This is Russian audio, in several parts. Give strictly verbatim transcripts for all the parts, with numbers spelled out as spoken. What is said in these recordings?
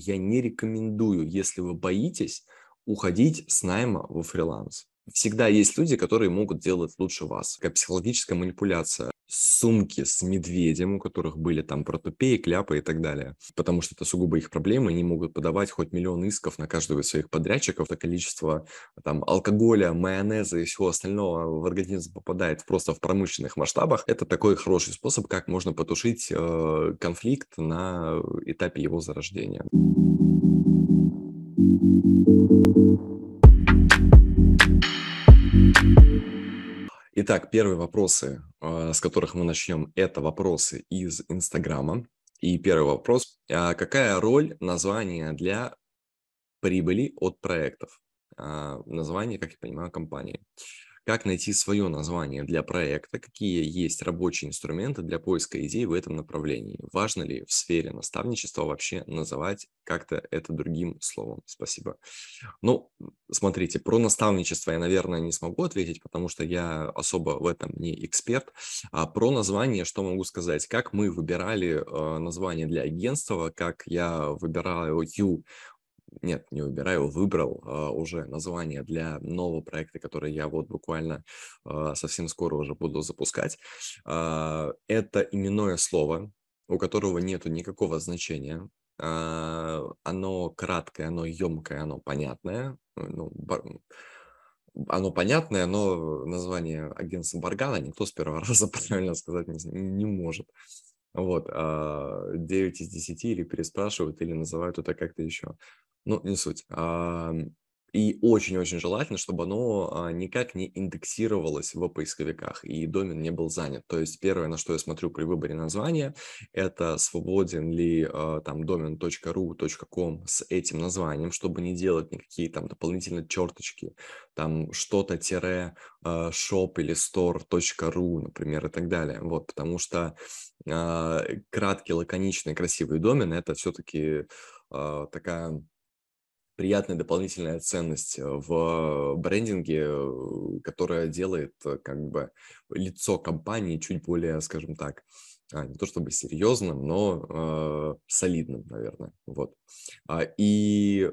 я не рекомендую, если вы боитесь, уходить с найма во фриланс. Всегда есть люди, которые могут делать лучше вас. Как психологическая манипуляция. Сумки с медведем, у которых были там протопеи, кляпы и так далее. Потому что это сугубо их проблемы, они могут подавать хоть миллион исков на каждого из своих подрядчиков. Это количество там алкоголя, майонеза и всего остального в организм попадает просто в промышленных масштабах. Это такой хороший способ, как можно потушить э, конфликт на этапе его зарождения. Итак, первые вопросы, а, с которых мы начнем, это вопросы из Инстаграма. И первый вопрос. А какая роль названия для прибыли от проектов? А, Название, как я понимаю, компании. Как найти свое название для проекта? Какие есть рабочие инструменты для поиска идей в этом направлении? Важно ли в сфере наставничества вообще называть как-то это другим словом? Спасибо. Ну, смотрите, про наставничество я, наверное, не смогу ответить, потому что я особо в этом не эксперт. А про название что могу сказать? Как мы выбирали э, название для агентства, как я выбираю, нет, не выбираю, выбрал а, уже название для нового проекта, который я вот буквально а, совсем скоро уже буду запускать. А, это именное слово, у которого нету никакого значения. А, оно краткое, оно емкое, оно понятное. э, Ну, бар- оно понятное, но название агентства Баргана никто с первого раза правильно сказать не, з- не может. Вот, а, девять из десяти или переспрашивают, или называют это как-то еще. Ну, не суть. Ам, И очень-очень желательно, чтобы оно а, никак не индексировалось в поисковиках, и домен не был занят. То есть первое, на что я смотрю при выборе названия, это свободен ли а, там домен точка ру точка ком с этим названием, чтобы не делать никакие там дополнительные черточки, там что-то тире а, shop или store точка ру, например, и так далее. Вот, потому что а, краткий, лаконичный, красивый домен – это все-таки а, такая приятная дополнительная ценность э, в брендинге, э, которая делает э, как бы лицо компании чуть более, скажем так, а, не то чтобы серьезным, но э, солидным, наверное. Вот. А, И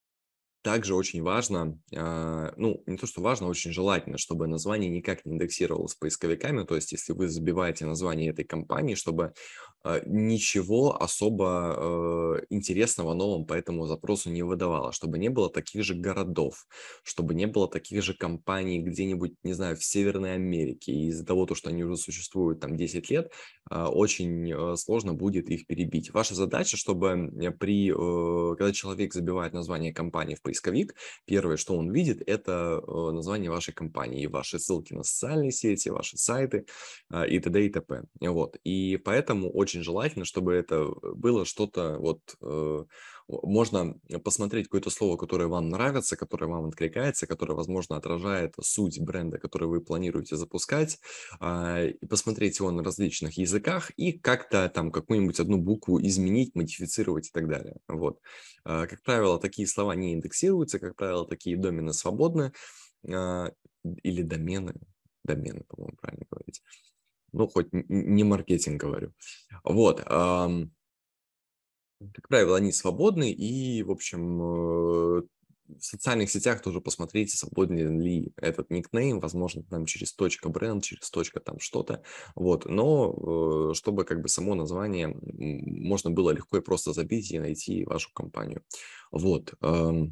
также очень важно, а, ну, не то, что важно, а очень желательно, чтобы название никак не индексировалось поисковиками. То есть, если вы забиваете название этой компании, чтобы а, ничего особо э, интересного новым по этому запросу не выдавало, чтобы не было таких же городов, чтобы не было таких же компаний где-нибудь, не знаю, в Северной Америке. И из-за того, то, что они уже существуют там десять лет, а, очень э, сложно будет их перебить. Ваша задача, чтобы э, при, э, когда человек забивает название компании в поисковик, первое, что он видит, это э, название вашей компании, и ваши ссылки на социальные сети, ваши сайты а, и т.д. и т.п. Вот. И поэтому очень желательно, чтобы это было что-то вот э, можно посмотреть какое-то слово, которое вам нравится, которое вам откликается, которое, возможно, отражает суть бренда, который вы планируете запускать, а, и посмотреть его на различных языках и как-то там какую-нибудь одну букву изменить, модифицировать и так далее. Вот. А, Как правило, такие слова не индексируются, как правило, такие домены свободны а, или домены, домены, по-моему, правильно говорить. Ну, хоть н- н- не маркетинг говорю. Вот. ам, Как правило, они свободны, и, в общем, э, в социальных сетях тоже посмотрите, свободен ли этот никнейм, возможно, там через точка бренд, через точка там что-то, вот, но э, чтобы как бы само название м, можно было легко и просто забить и найти вашу компанию. Вот. эм,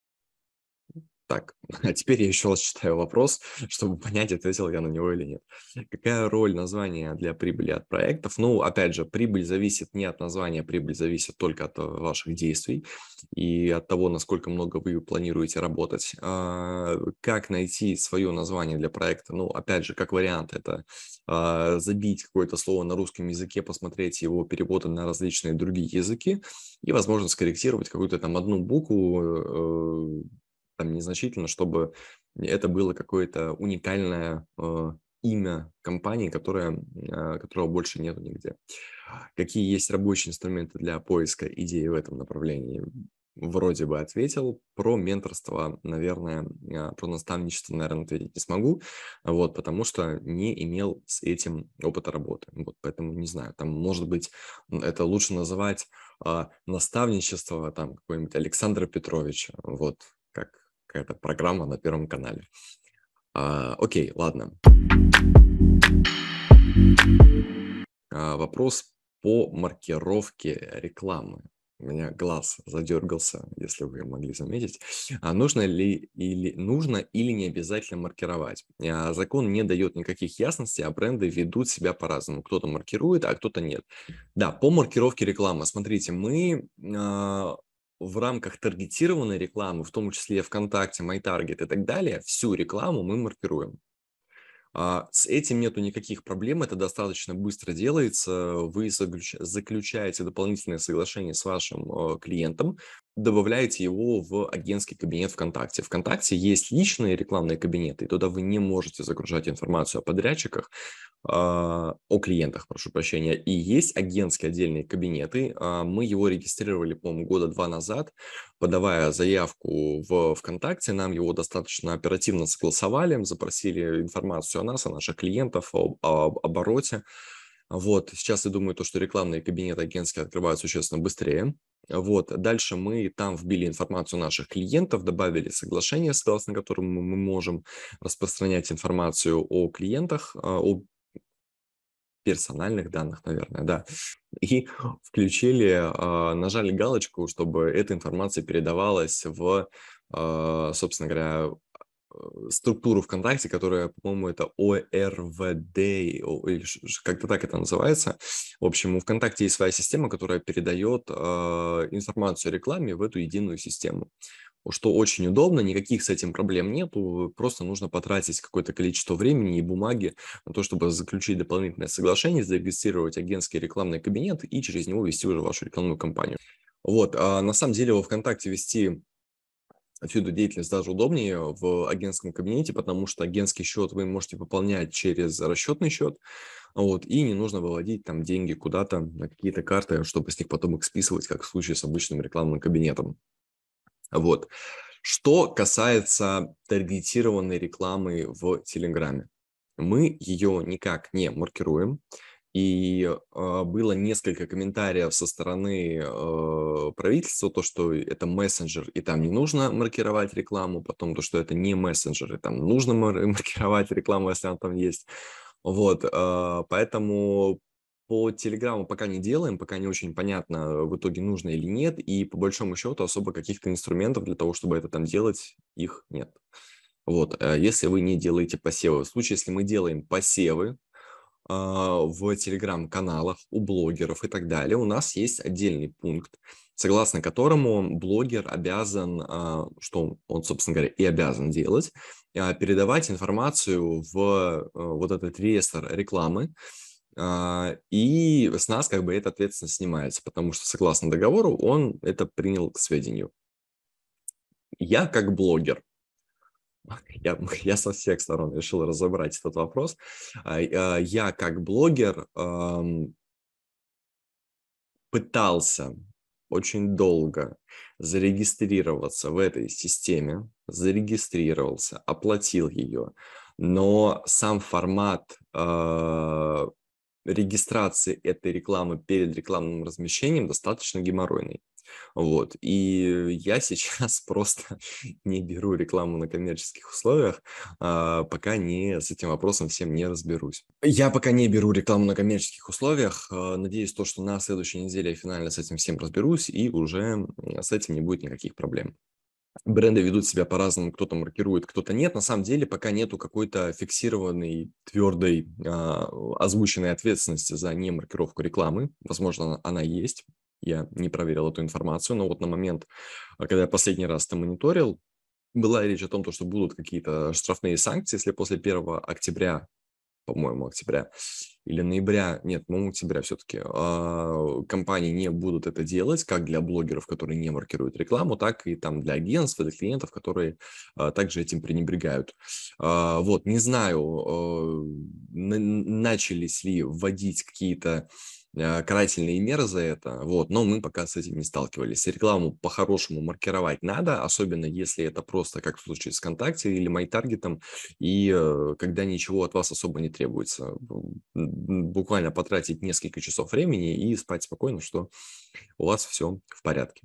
так, а теперь я еще раз читаю вопрос, чтобы понять, ответил я на него или нет. Какая роль названия для прибыли от проектов? Ну, опять же, прибыль зависит не от названия, прибыль зависит только от э, ваших действий и от того, насколько много вы планируете работать. А, Как найти свое название для проекта? Ну, опять же, как вариант, это а, забить какое-то слово на русском языке, посмотреть его переводы на различные другие языки и, возможно, скорректировать какую-то там одну букву, э, там незначительно, чтобы это было какое-то уникальное э, имя компании, которое, э, которого больше нету нигде. Какие есть рабочие инструменты для поиска идей в этом направлении? вроде бы ответил. Про менторство, наверное, а, про наставничество, наверное, ответить не смогу, вот, потому что не имел с этим опыта работы. Вот, поэтому не знаю, там, может быть, м, это лучше называть а, наставничество там какой-нибудь Александра Петровича, вот, как какая-то программа на Первом канале. А, окей, ладно. А, вопрос по маркировке рекламы. У меня глаз задергался, если вы могли заметить. А нужно ли или нужно или не обязательно маркировать? А, закон не дает никаких ясностей, а бренды ведут себя по-разному. Кто-то маркирует, а кто-то нет. Да, по маркировке рекламы. Смотрите, мы а, в рамках таргетированной рекламы, в том числе ВКонтакте, MyTarget и так далее, всю рекламу мы маркируем. А, С этим нету никаких проблем, это достаточно быстро делается. Вы заключ- заключаете дополнительное соглашение с вашим э, клиентом, добавляете его в агентский кабинет ВКонтакте. ВКонтакте есть личные рекламные кабинеты, и туда вы не можете загружать информацию о подрядчиках, а, о клиентах, прошу прощения. И есть агентские отдельные кабинеты. А, Мы его регистрировали, по-моему, года два назад, подавая заявку в ВКонтакте, нам его достаточно оперативно согласовали, запросили информацию о нас, о наших клиентах, об, об обороте. Вот, сейчас я думаю, то, что рекламные кабинеты агентские открывают существенно быстрее. Вот, дальше мы там вбили информацию наших клиентов, добавили соглашение, согласно которому мы можем распространять информацию о клиентах, а, о персональных данных, наверное, да. И включили, а, нажали галочку, чтобы эта информация передавалась в, а, собственно говоря, э, структуру ВКонтакте, которая, по-моему, это о эр вэ дэ, о- или ш- ш- как-то так это называется. В общем, у ВКонтакте есть своя система, которая передает а, информацию о рекламе в эту единую систему. Что очень удобно, никаких с этим проблем нету, просто нужно потратить какое-то количество времени и бумаги на то, чтобы заключить дополнительное соглашение, зарегистрировать агентский рекламный кабинет и через него вести уже вашу рекламную кампанию. Вот, а на самом деле во ВКонтакте вести всю эту деятельность даже удобнее в агентском кабинете, потому что агентский счет вы можете пополнять через расчетный счет, вот, и не нужно выводить там деньги куда-то на какие-то карты, чтобы с них потом их списывать, как в случае с обычным рекламным кабинетом. Вот. Что касается таргетированной рекламы в Телеграме, мы ее никак не маркируем. И э, было несколько комментариев со стороны э, правительства, то, что это мессенджер, и там не нужно маркировать рекламу, потом то, что это не мессенджер, и там нужно мар- маркировать рекламу, если она там есть. Вот, э, поэтому по Телеграму пока не делаем, пока не очень понятно в итоге нужно или нет, и по большому счету особо каких-то инструментов для того, чтобы это там делать, их нет. Вот, э, если вы не делаете посевы. В случае, если мы делаем посевы а, в телеграм-каналах у блогеров и так далее, у нас есть отдельный пункт, согласно которому блогер обязан, а, что он, он, собственно говоря, и обязан делать, а, передавать информацию в а, вот этот реестр рекламы, а, и с нас как бы эта ответственность снимается, потому что согласно договору он это принял к сведению. Я как блогер, я, я со всех сторон решил разобрать этот вопрос. А, а, Я как блогер ам, пытался очень долго зарегистрироваться в этой системе, зарегистрировался, оплатил ее, но сам формат а, регистрации этой рекламы перед рекламным размещением достаточно геморройный. Вот. И я сейчас просто не беру рекламу на коммерческих условиях, а, пока не с этим вопросом всем не разберусь. Я пока не беру рекламу на коммерческих условиях. а, Надеюсь, то, что на следующей неделе я финально с этим всем разберусь, и уже м, с этим не будет никаких проблем. Бренды ведут себя по-разному, кто-то маркирует, кто-то нет. На самом деле пока нету какой-то фиксированной, твердой, а, озвученной ответственности за немаркировку рекламы. Возможно, она, она есть. Я не проверил эту информацию, но вот на момент, а, когда я последний раз это мониторил, была речь о том, то, что будут какие-то штрафные санкции, если после первого октября, по-моему, октября или ноября, нет, по-моему, октября все-таки, а, компании не будут это делать, как для блогеров, которые не маркируют рекламу, так и там для агентств, для клиентов, которые а, также этим пренебрегают. А, Вот, не знаю, а, на- начались ли вводить какие-то э, карательные меры за это, вот, но мы пока с этим не сталкивались. Рекламу по-хорошему маркировать надо, особенно если это просто, как в случае с ВКонтакте или MyTarget, и э, когда ничего от вас особо не требуется. Б- м, Буквально потратить несколько часов времени и спать спокойно, что у вас все в порядке.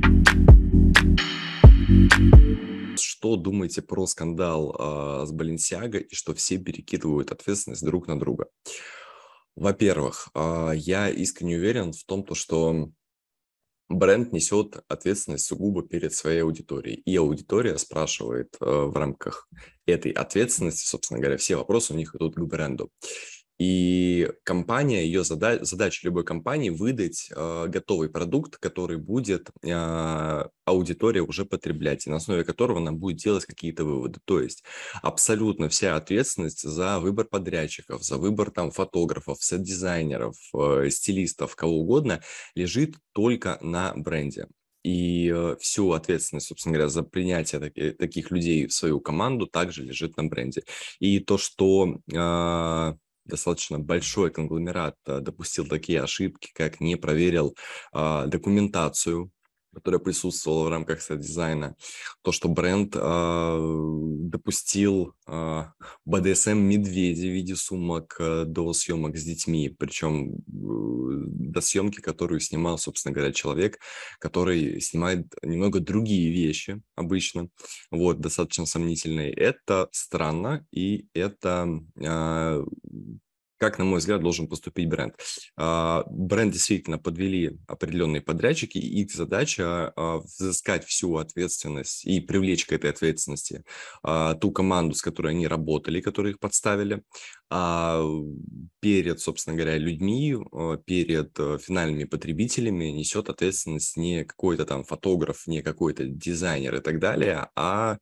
Что думаете про скандал а, с Balenciaga и что все перекидывают ответственность друг на друга? Во-первых, а, я искренне уверен в том, то, что бренд несет ответственность сугубо перед своей аудиторией. И аудитория спрашивает э, в рамках этой ответственности, собственно говоря, все вопросы у них идут к бренду. И компания, ее зада- задача любой компании выдать э, готовый продукт, который будет э, аудитория уже потреблять, и на основе которого она будет делать какие-то выводы. То есть абсолютно вся ответственность за выбор подрядчиков, за выбор там фотографов, сет-дизайнеров, э, стилистов, кого угодно, лежит только на бренде. И э, всю ответственность, собственно говоря, за принятие таки- таких людей в свою команду также лежит на бренде. И то, что э, достаточно большой конгломерат э, допустил такие ошибки, как не проверил э, документацию, которая присутствовала в рамках сет-дизайна, то, что бренд э, допустил э, бэ дэ эс эм-медведя в виде сумок э, до съемок с детьми, причем э, до съемки, которую снимал, собственно говоря, человек, который снимает немного другие вещи обычно, вот, достаточно сомнительные. Это странно, и это, э, как, на мой взгляд, должен поступить бренд. А, Бренд действительно подвели определенные подрядчики, и их задача а, взыскать всю ответственность и привлечь к этой ответственности а, ту команду, с которой они работали, которые их подставили, а перед, собственно говоря, людьми, а, перед а, финальными потребителями несет ответственность не какой-то там фотограф, не какой-то дизайнер и так далее, а,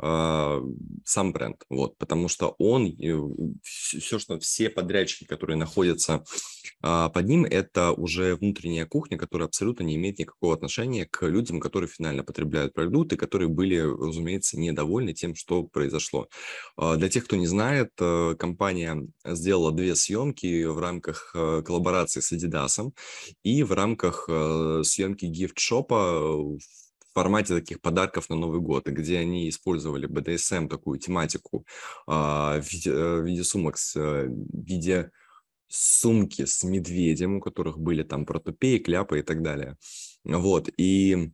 а сам бренд. Вот, потому что он, все, что все подрядчики, которые находятся а, под ним, это уже внутренняя кухня, которая абсолютно не имеет никакого отношения к людям, которые финально потребляют продукты, которые были, разумеется, недовольны тем, что произошло. А, Для тех, кто не знает, э, компания сделала две съемки в рамках э, коллаборации с Adidas и в рамках э, съемки гифт-шопа в формате таких подарков на Новый год, где они использовали бэ дэ эс эм, такую тематику а, в виде, э, в виде сумок, с, э, в виде сумки с медведем, у которых были там протопеи, кляпы и так далее. Вот, и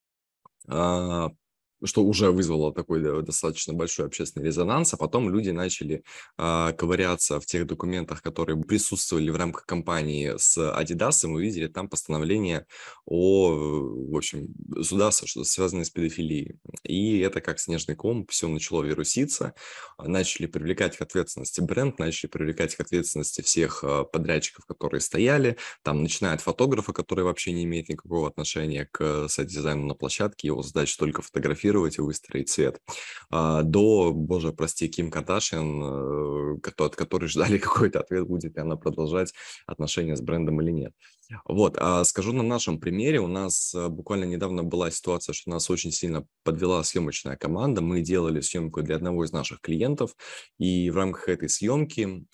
а, что уже вызвало такой да, достаточно большой общественный резонанс, а потом люди начали а, ковыряться в тех документах, которые присутствовали в рамках кампании с Adidas, и мы увидели там постановление о, в общем, суда, со- что- связанные с педофилией. И это как снежный ком, все начало вируситься, а, начали привлекать к ответственности бренд, начали привлекать к ответственности всех а, подрядчиков, которые стояли, там, начиная от фотографа, который вообще не имеет никакого отношения к сайт-дизайну на площадке, его задача только фотографировать и выстроить цвет, а, до, боже, прости, Ким Кардашьян, э, кото- от которой ждали какой-то ответ, будет ли она продолжать отношения с брендом или нет. Вот, а скажу на нашем примере, у нас э, буквально недавно была ситуация, что нас очень сильно подвела съемочная команда, мы делали съемку для одного из наших клиентов, и в рамках этой съемки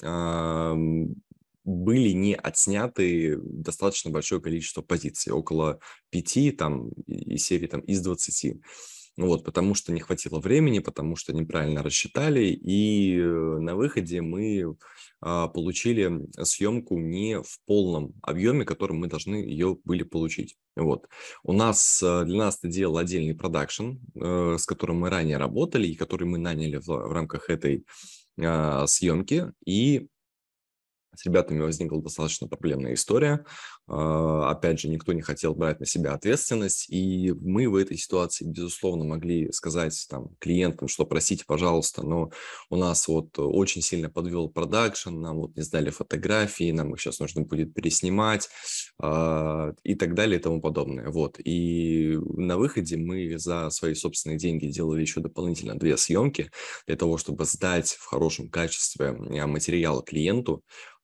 были не отсняты достаточно большое количество позиций, около пяти там и и серии там из двадцати. Вот, потому что не хватило времени, потому что неправильно рассчитали, и э, на выходе мы а, получили съемку не в полном объеме, которым мы должны ее были получить. Вот. У нас, э, для нас это делал отдельный продакшн, э, с которым мы ранее работали и который мы наняли в, в рамках этой а, съемки, и с ребятами возникла достаточно проблемная история. А, Опять же, никто не хотел брать на себя ответственность, и мы в этой ситуации, безусловно, могли сказать там клиентам, что простите, пожалуйста, но у нас вот очень сильно подвел продакшн, нам вот не сдали фотографии, нам их сейчас нужно будет переснимать а, и так далее и тому подобное. Вот. И на выходе мы за свои собственные деньги делали еще дополнительно две съемки для того, чтобы сдать в хорошем качестве а, материал клиенту,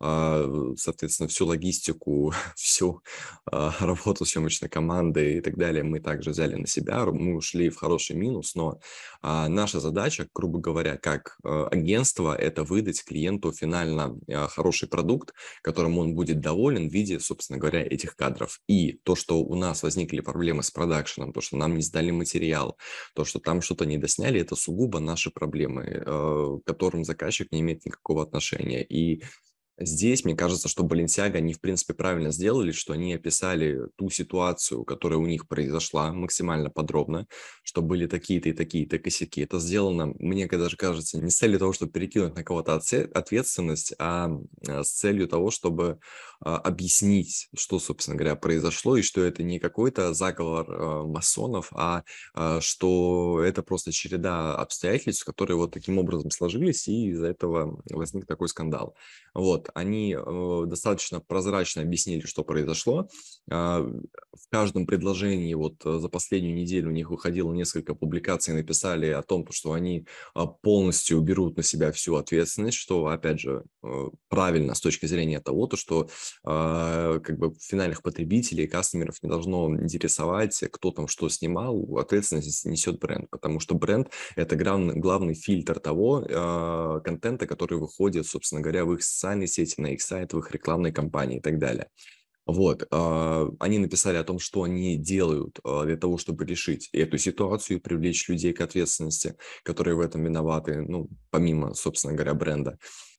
а, соответственно, всю логистику, всю а, работу съемочной команды и так далее мы также взяли на себя, мы ушли в хороший минус, но а, наша задача, грубо говоря, как а, агентство, это выдать клиенту финально а, хороший продукт, которым он будет доволен в виде, собственно говоря, этих кадров. И то, что у нас возникли проблемы с продакшеном, то, что нам не сдали материал, то, что там что-то не досняли, это сугубо наши проблемы, э, к которым заказчик не имеет никакого отношения. И здесь, мне кажется, что Balenciaga, они, в принципе, правильно сделали, что они описали ту ситуацию, которая у них произошла максимально подробно, что были такие-то и такие-то косяки. Это сделано, мне даже кажется, не с целью того, чтобы перекинуть на кого-то отце- ответственность, а а, с целью того, чтобы а, объяснить, что, собственно говоря, произошло, и что это не какой-то заговор а, масонов, а а, что это просто череда обстоятельств, которые вот таким образом сложились, и из-за этого возник такой скандал. Вот, они э, достаточно прозрачно объяснили, что произошло. А, в каждом предложении вот э, за последнюю неделю у них выходило несколько публикаций, написали о том, что они а, полностью берут на себя всю ответственность, что, опять же, э, правильно с точки зрения того, то, что а, как бы финальных потребителей, кастомеров не должно интересовать, кто там что снимал, ответственность несет бренд, потому что бренд – это главный, главный фильтр того э, контента, который выходит, собственно говоря, в их социальные сети, на их сайт, в их рекламной кампании и так далее. Вот, э, они написали о том, что они делают э, для того, чтобы решить эту ситуацию и привлечь людей к ответственности, которые в этом виноваты, ну, помимо, собственно говоря, бренда.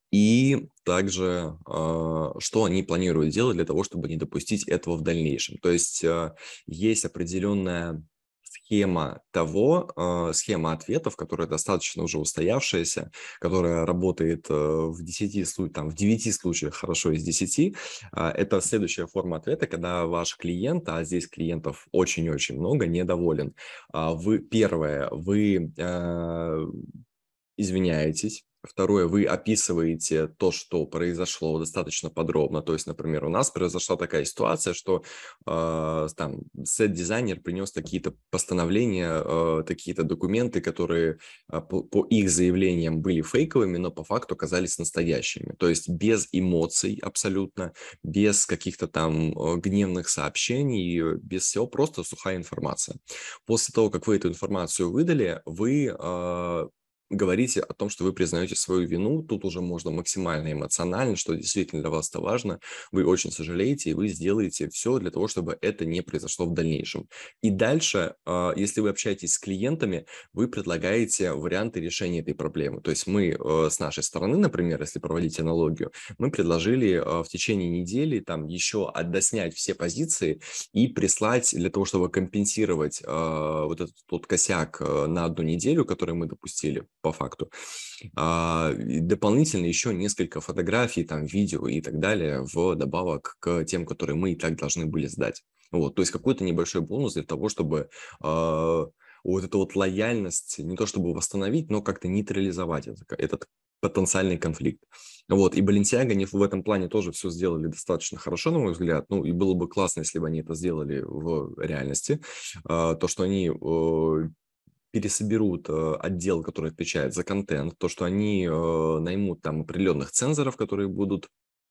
И также, э, что они планируют делать для того, чтобы не допустить этого в дальнейшем. То есть э, есть определенная схема того, э, схема ответов, которая достаточно уже устоявшаяся, которая работает э, в десяти случаях, там, в девяти случаях хорошо из десяти. А, Это следующая форма ответа, когда ваш клиент, а здесь клиентов очень-очень много, недоволен. А, Вы, первое, вы э, извиняетесь. Второе, вы описываете то, что произошло достаточно подробно. То есть, например, у нас произошла такая ситуация, что э, там сет-дизайнер принес какие-то постановления, э, какие-то документы, которые э, по, по их заявлениям были фейковыми, но по факту оказались настоящими. То есть без эмоций абсолютно, без каких-то там э, гневных сообщений, э, без всего, просто сухая информация. После того, как вы эту информацию выдали, вы э, говорите о том, что вы признаете свою вину. Тут уже можно максимально эмоционально, что действительно для вас это важно. Вы очень сожалеете, и вы сделаете все для того, чтобы это не произошло в дальнейшем. И дальше, э, если вы общаетесь с клиентами, вы предлагаете варианты решения этой проблемы. То есть мы э, с нашей стороны, например, если проводить аналогию, мы предложили э, в течение недели там еще отдоснять все позиции и прислать для того, чтобы компенсировать э, вот этот тот косяк э, на одну неделю, который мы допустили по факту. А, и дополнительно еще несколько фотографий, там, видео и так далее в добавок к тем, которые мы и так должны были сдать. Вот, то есть какой-то небольшой бонус для того, чтобы э, вот эту вот лояльность не то чтобы восстановить, но как-то нейтрализовать это, этот потенциальный конфликт. Вот, и Balenciaga они в этом плане тоже все сделали достаточно хорошо, на мой взгляд. Ну, и было бы классно, если бы они это сделали в реальности. А, то, что они э, пересоберут э, отдел, который отвечает за контент, то, что они э, наймут там определенных цензоров, которые будут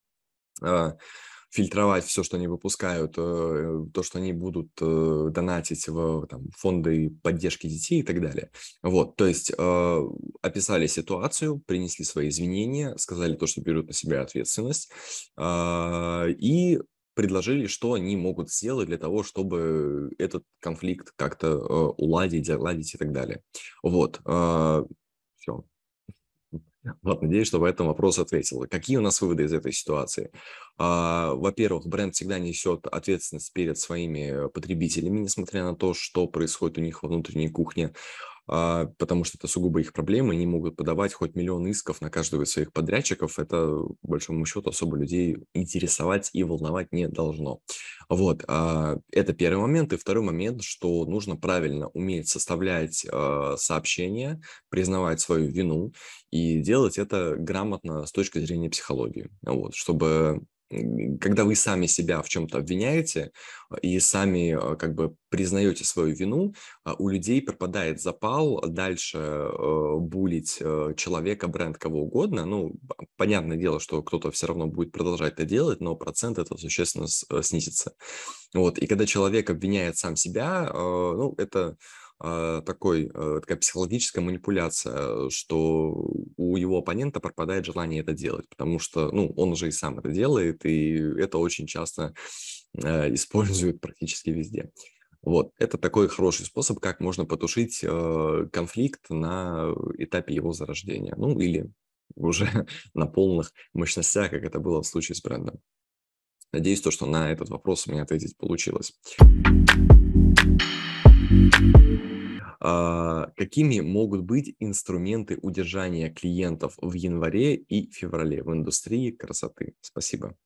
а, фильтровать все, что они выпускают, э, то, что они будут э, донатить в там, фонды поддержки детей и так далее. Вот, то есть э, описали ситуацию, принесли свои извинения, сказали то, что берут на себя ответственность, а, и предложили, что они могут сделать для того, чтобы этот конфликт как-то э, уладить, заладить и так далее. Вот, все. Вот, надеюсь, что в этом вопрос ответил. Какие у нас выводы из этой ситуации? А, Во-первых, бренд всегда несет ответственность перед своими потребителями, несмотря на то, что происходит у них во внутренней кухне, а, потому что это сугубо их проблемы, они могут подавать хоть миллион исков на каждого из своих подрядчиков, это, по большому счету, особо людей интересовать и волновать не должно. Вот, а, это первый момент. И второй момент, что нужно правильно уметь составлять а, сообщения, признавать свою вину и делать это грамотно с точки зрения психологии, вот, чтобы м, когда вы сами себя в чем-то обвиняете а, и сами а, как бы признаете свою вину, а, у людей пропадает запал дальше э, булить э, человека, бренд, кого угодно. Ну, п- понятное дело, что кто-то все равно будет продолжать это делать, но процент это существенно с- э, снизится. Вот, и когда человек обвиняет сам себя, э, ну, это э, такой, э, такая психологическая манипуляция, что у его оппонента пропадает желание это делать, потому что, ну, он уже и сам это делает, и это очень часто э, используют практически везде. Вот, это такой хороший способ, как можно потушить э, конфликт на этапе его зарождения, ну, или уже на полных мощностях, как это было в случае с брендом. Надеюсь, то, что на этот вопрос у меня ответить получилось. А, какими могут быть инструменты удержания клиентов в январе и феврале в индустрии красоты? Спасибо.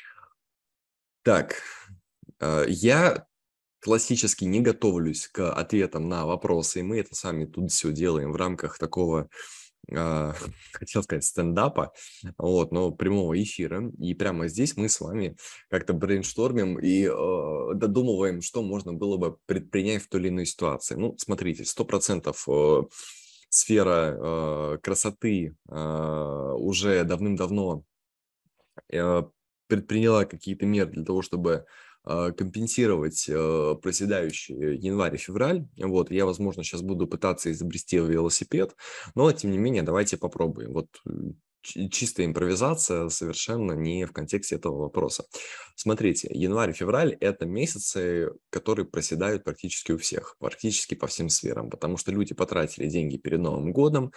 Так, а, я классически не готовлюсь к ответам на вопросы, и мы это с вами тут все делаем в рамках такого, а, хотел сказать, стендапа, вот, но прямого эфира. И прямо здесь мы с вами как-то брейнштормим и э, додумываем, что можно было бы предпринять в той или иной ситуации. Ну, смотрите, сто процентов э, сфера э, красоты э, уже давным-давно э, предприняла какие-то меры для того, чтобы э, компенсировать э, проседающий январь и февраль. Вот, я, возможно, сейчас буду пытаться изобрести велосипед, но, тем не менее, давайте попробуем. Вот э, чи- чистая импровизация совершенно не в контексте этого вопроса. Смотрите, январь и февраль– это месяцы, которые проседают практически у всех, практически по всем сферам, потому что люди потратили деньги перед Новым годом,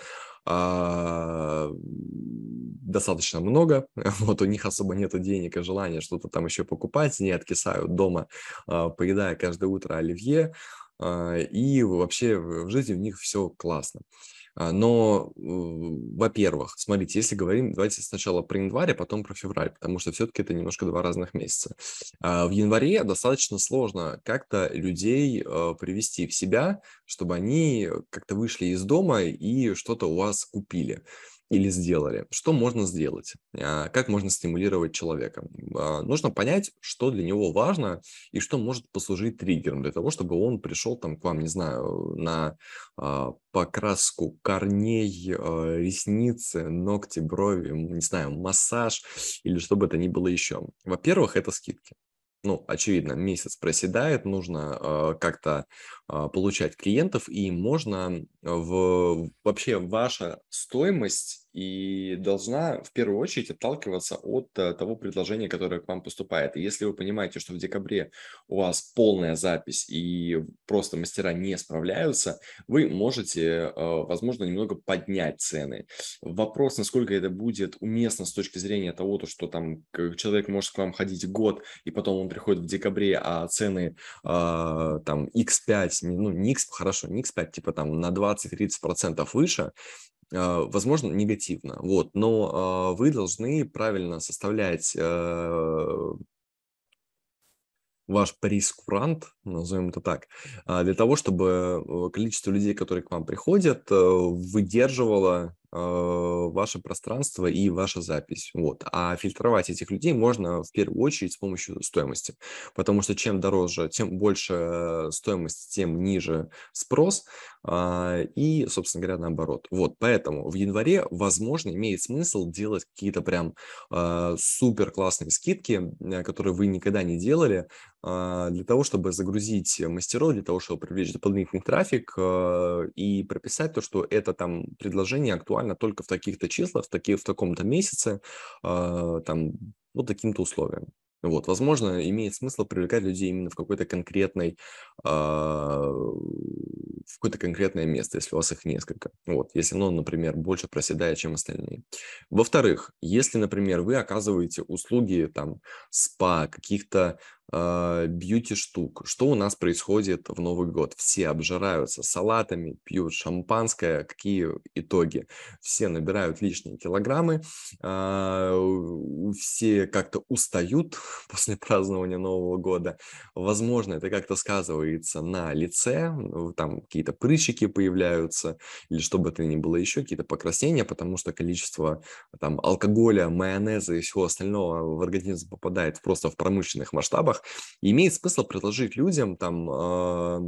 а, достаточно много, вот у них особо нету денег и желания что-то там еще покупать, они откисают дома, а, поедая каждое утро оливье, а, и вообще в в жизни у них все классно. А, Но, э, во-первых, смотрите, если говорим, давайте сначала про январь, а потом про февраль, потому что все-таки это немножко два разных месяца. А, В январе достаточно сложно как-то людей э, привести в себя, чтобы они как-то вышли из дома и что-то у вас купили или сделали. Что можно сделать? А, Как можно стимулировать человека? А, Нужно понять, что для него важно и что может послужить триггером для того, чтобы он пришел там к вам, не знаю, на а, покраску корней, а, ресницы, ногти, брови, м, не знаю, массаж или что бы это ни было еще. Во-первых, это скидки. Ну, очевидно, месяц проседает, нужно э, как-то а, получать клиентов, и можно в вообще ваша стоимость и должна в первую очередь отталкиваться от э, того предложения, которое к вам поступает. И если вы понимаете, что в декабре у вас полная запись и просто мастера не справляются, вы можете, э, возможно, немного поднять цены. Вопрос, насколько это будет уместно с точки зрения того, то, что там к- человек может к вам ходить год, и потом он приходит в декабре, а цены а, там икс пять, не- ну не X, хорошо, не икс пять, типа там на двадцать-тридцать процентов выше, а, возможно, негативно, вот, но а, вы должны правильно составлять э, ваш прейскурант, назовем это так, а, для того, чтобы э, количество людей, которые к вам приходят, э, выдерживало э, ваше пространство и ваша запись. Вот. А фильтровать этих людей можно в первую очередь с помощью стоимости, потому что чем дороже, тем больше э, стоимость, тем ниже спрос, а, и, собственно говоря, наоборот. Вот, поэтому в январе, возможно, имеет смысл делать какие-то прям а, супер классные скидки, э, которые вы никогда не делали, а, для того, чтобы загрузить мастеров, для того, чтобы привлечь дополнительный трафик а, и прописать то, что это там предложение актуально только в таких-то числах, в, таки, в таком-то месяце, а, там, вот таким-то условиям. Вот, возможно, имеет смысл привлекать людей именно в какой-то конкретной, а, в какое-то конкретное место, если у вас их несколько. Вот, если оно, например, больше проседает, чем остальные. Во-вторых, если, например, вы оказываете услуги там спа, каких-то а, бьюти-штук. Что у нас происходит в Новый год? Все обжираются салатами, пьют шампанское. Какие итоги? Все набирают лишние килограммы, а, у- все как-то устают после празднования Нового года. Возможно, это как-то сказывается на лице, ну, там какие-то прыщики появляются, или что бы то ни было еще, какие-то покраснения, потому что количество там алкоголя, майонеза и всего остального в организм попадает просто в промышленных масштабах. И имеет смысл предложить людям там, а,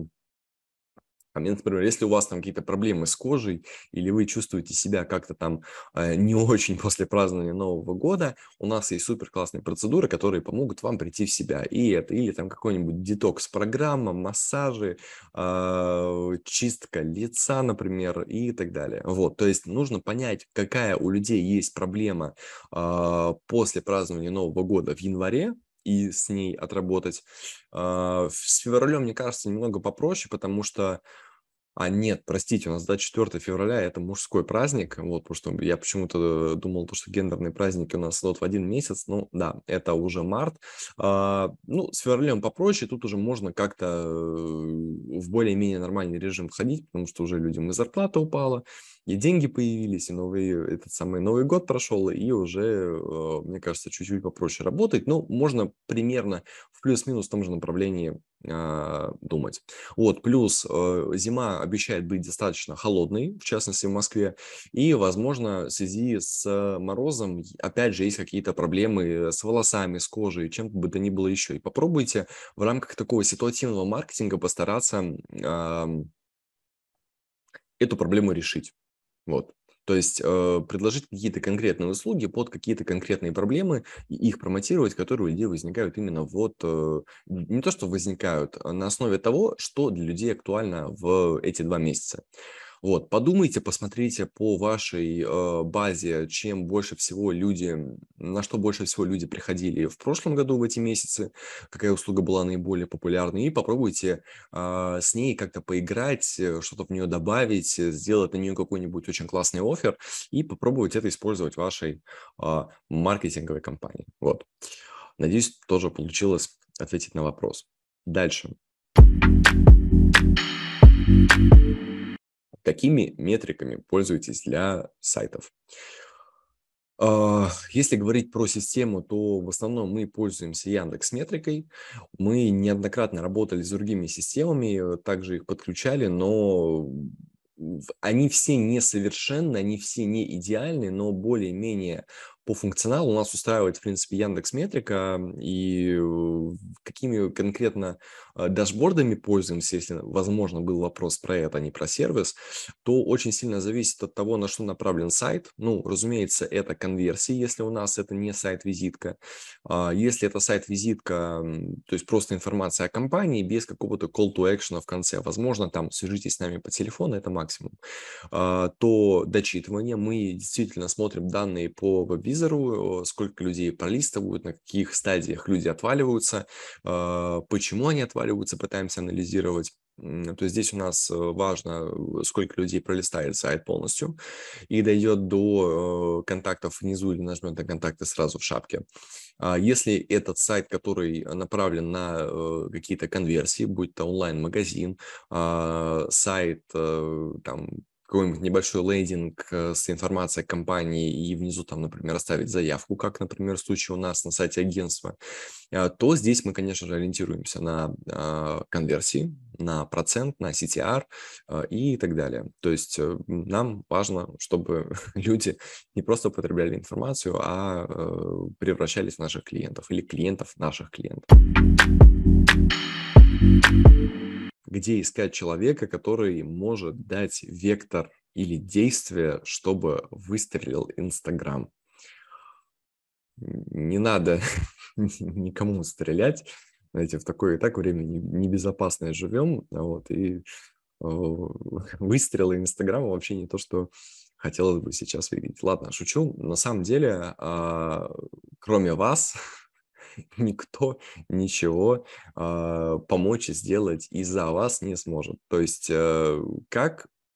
а мне, например, если у вас там какие-то проблемы с кожей, или вы чувствуете себя как-то там э, не очень после празднования Нового года, у нас есть супер классные процедуры, которые помогут вам прийти в себя. И это или там какой-нибудь детокс-программа, массажи, а, чистка лица, например, и так далее. Вот, то есть нужно понять, какая у людей есть проблема а, после празднования Нового года в январе, и с ней отработать. А, С февралем, мне кажется, немного попроще, потому что а нет, простите, у нас двадцать четвёртого февраля это мужской праздник, вот, потому что я почему-то думал, то, что гендерные праздники у нас идут в один месяц, ну да, это уже март. А, ну, с февралем попроще, тут уже можно как-то э, в более-менее нормальный режим входить, потому что уже людям и зарплата упала, и деньги появились, и новый, этот самый Новый год прошел, и уже, э, мне кажется, чуть-чуть попроще работать. Ну, можно примерно в плюс-минус том же направлении а, думать. Вот, плюс э, зима обещает быть достаточно холодной, в частности в Москве, и, возможно, в связи с морозом, и- опять же, есть какие-то проблемы с волосами, с кожей, чем бы то ни было еще. И попробуйте в рамках такого ситуативного маркетинга постараться ам, эту проблему решить. Вот. То есть э, предложить какие-то конкретные услуги под какие-то конкретные проблемы и их промотировать, которые у людей возникают именно вот, э, не то, что возникают, а на основе того, что для людей актуально в эти два месяца. Вот, подумайте, посмотрите по вашей э, базе, чем больше всего люди, на что больше всего люди приходили в прошлом году в эти месяцы, какая услуга была наиболее популярной, и попробуйте а, с ней как-то поиграть, э, что-то в нее добавить, э, сделать на нее какой-нибудь очень классный оффер и попробовать это использовать в вашей а, маркетинговой кампании. Вот. Надеюсь, тоже получилось ответить на вопрос. Дальше. Какими метриками пользуетесь для сайтов? А, Если говорить про систему, то в основном мы пользуемся Яндекс Метрикой. Мы неоднократно работали с другими системами, э, также их подключали, но в- они все несовершенны, они все не идеальны, но более-менее по функционалу нас устраивает, в принципе, Яндекс Метрика. И э, какими конкретно э, дашбордами пользуемся, если, возможно, был вопрос про это, а не про сервис, то очень сильно зависит от того, на что направлен сайт. Ну, разумеется, это конверсии, если у нас это не сайт-визитка. А Если это сайт-визитка, м, то есть просто информация о компании без какого-то call to action в конце, возможно, там свяжитесь с нами по телефону, это максимум, а, то дочитывание. Мы действительно смотрим данные по веб-визору, э, сколько людей пролистывают, на каких стадиях люди отваливаются, а, почему они отваливаются, пытаемся анализировать. М, То есть здесь у нас э, важно, э, сколько людей пролистает сайт полностью и дойдет до э, контактов внизу или нажмет на контакты сразу в шапке. А Если этот сайт, который направлен на э, какие-то конверсии, будь то онлайн-магазин, а, сайт, э, там, какой-нибудь небольшой лендинг э, с информацией о компании и внизу там, например, оставить заявку, как, например, в случае у нас на сайте агентства, а, то здесь мы, конечно же, ориентируемся на а, конверсии, на процент, на си ти ар а, и так далее. То есть э, нам важно, чтобы люди не просто потребляли информацию, а э, превращались в наших клиентов или клиентов наших клиентов. Где искать человека, который может дать вектор или действие, чтобы выстрелил Инстаграм? Не надо никому стрелять. Знаете, в такое и так время не- небезопасное живем, а вот, и э, выстрелы Инстаграма вообще не то, что хотелось бы сейчас видеть. Ладно, шучу. На самом деле, а, кроме вас, никто ничего а, помочь сделать и за вас не сможет. То есть, э, как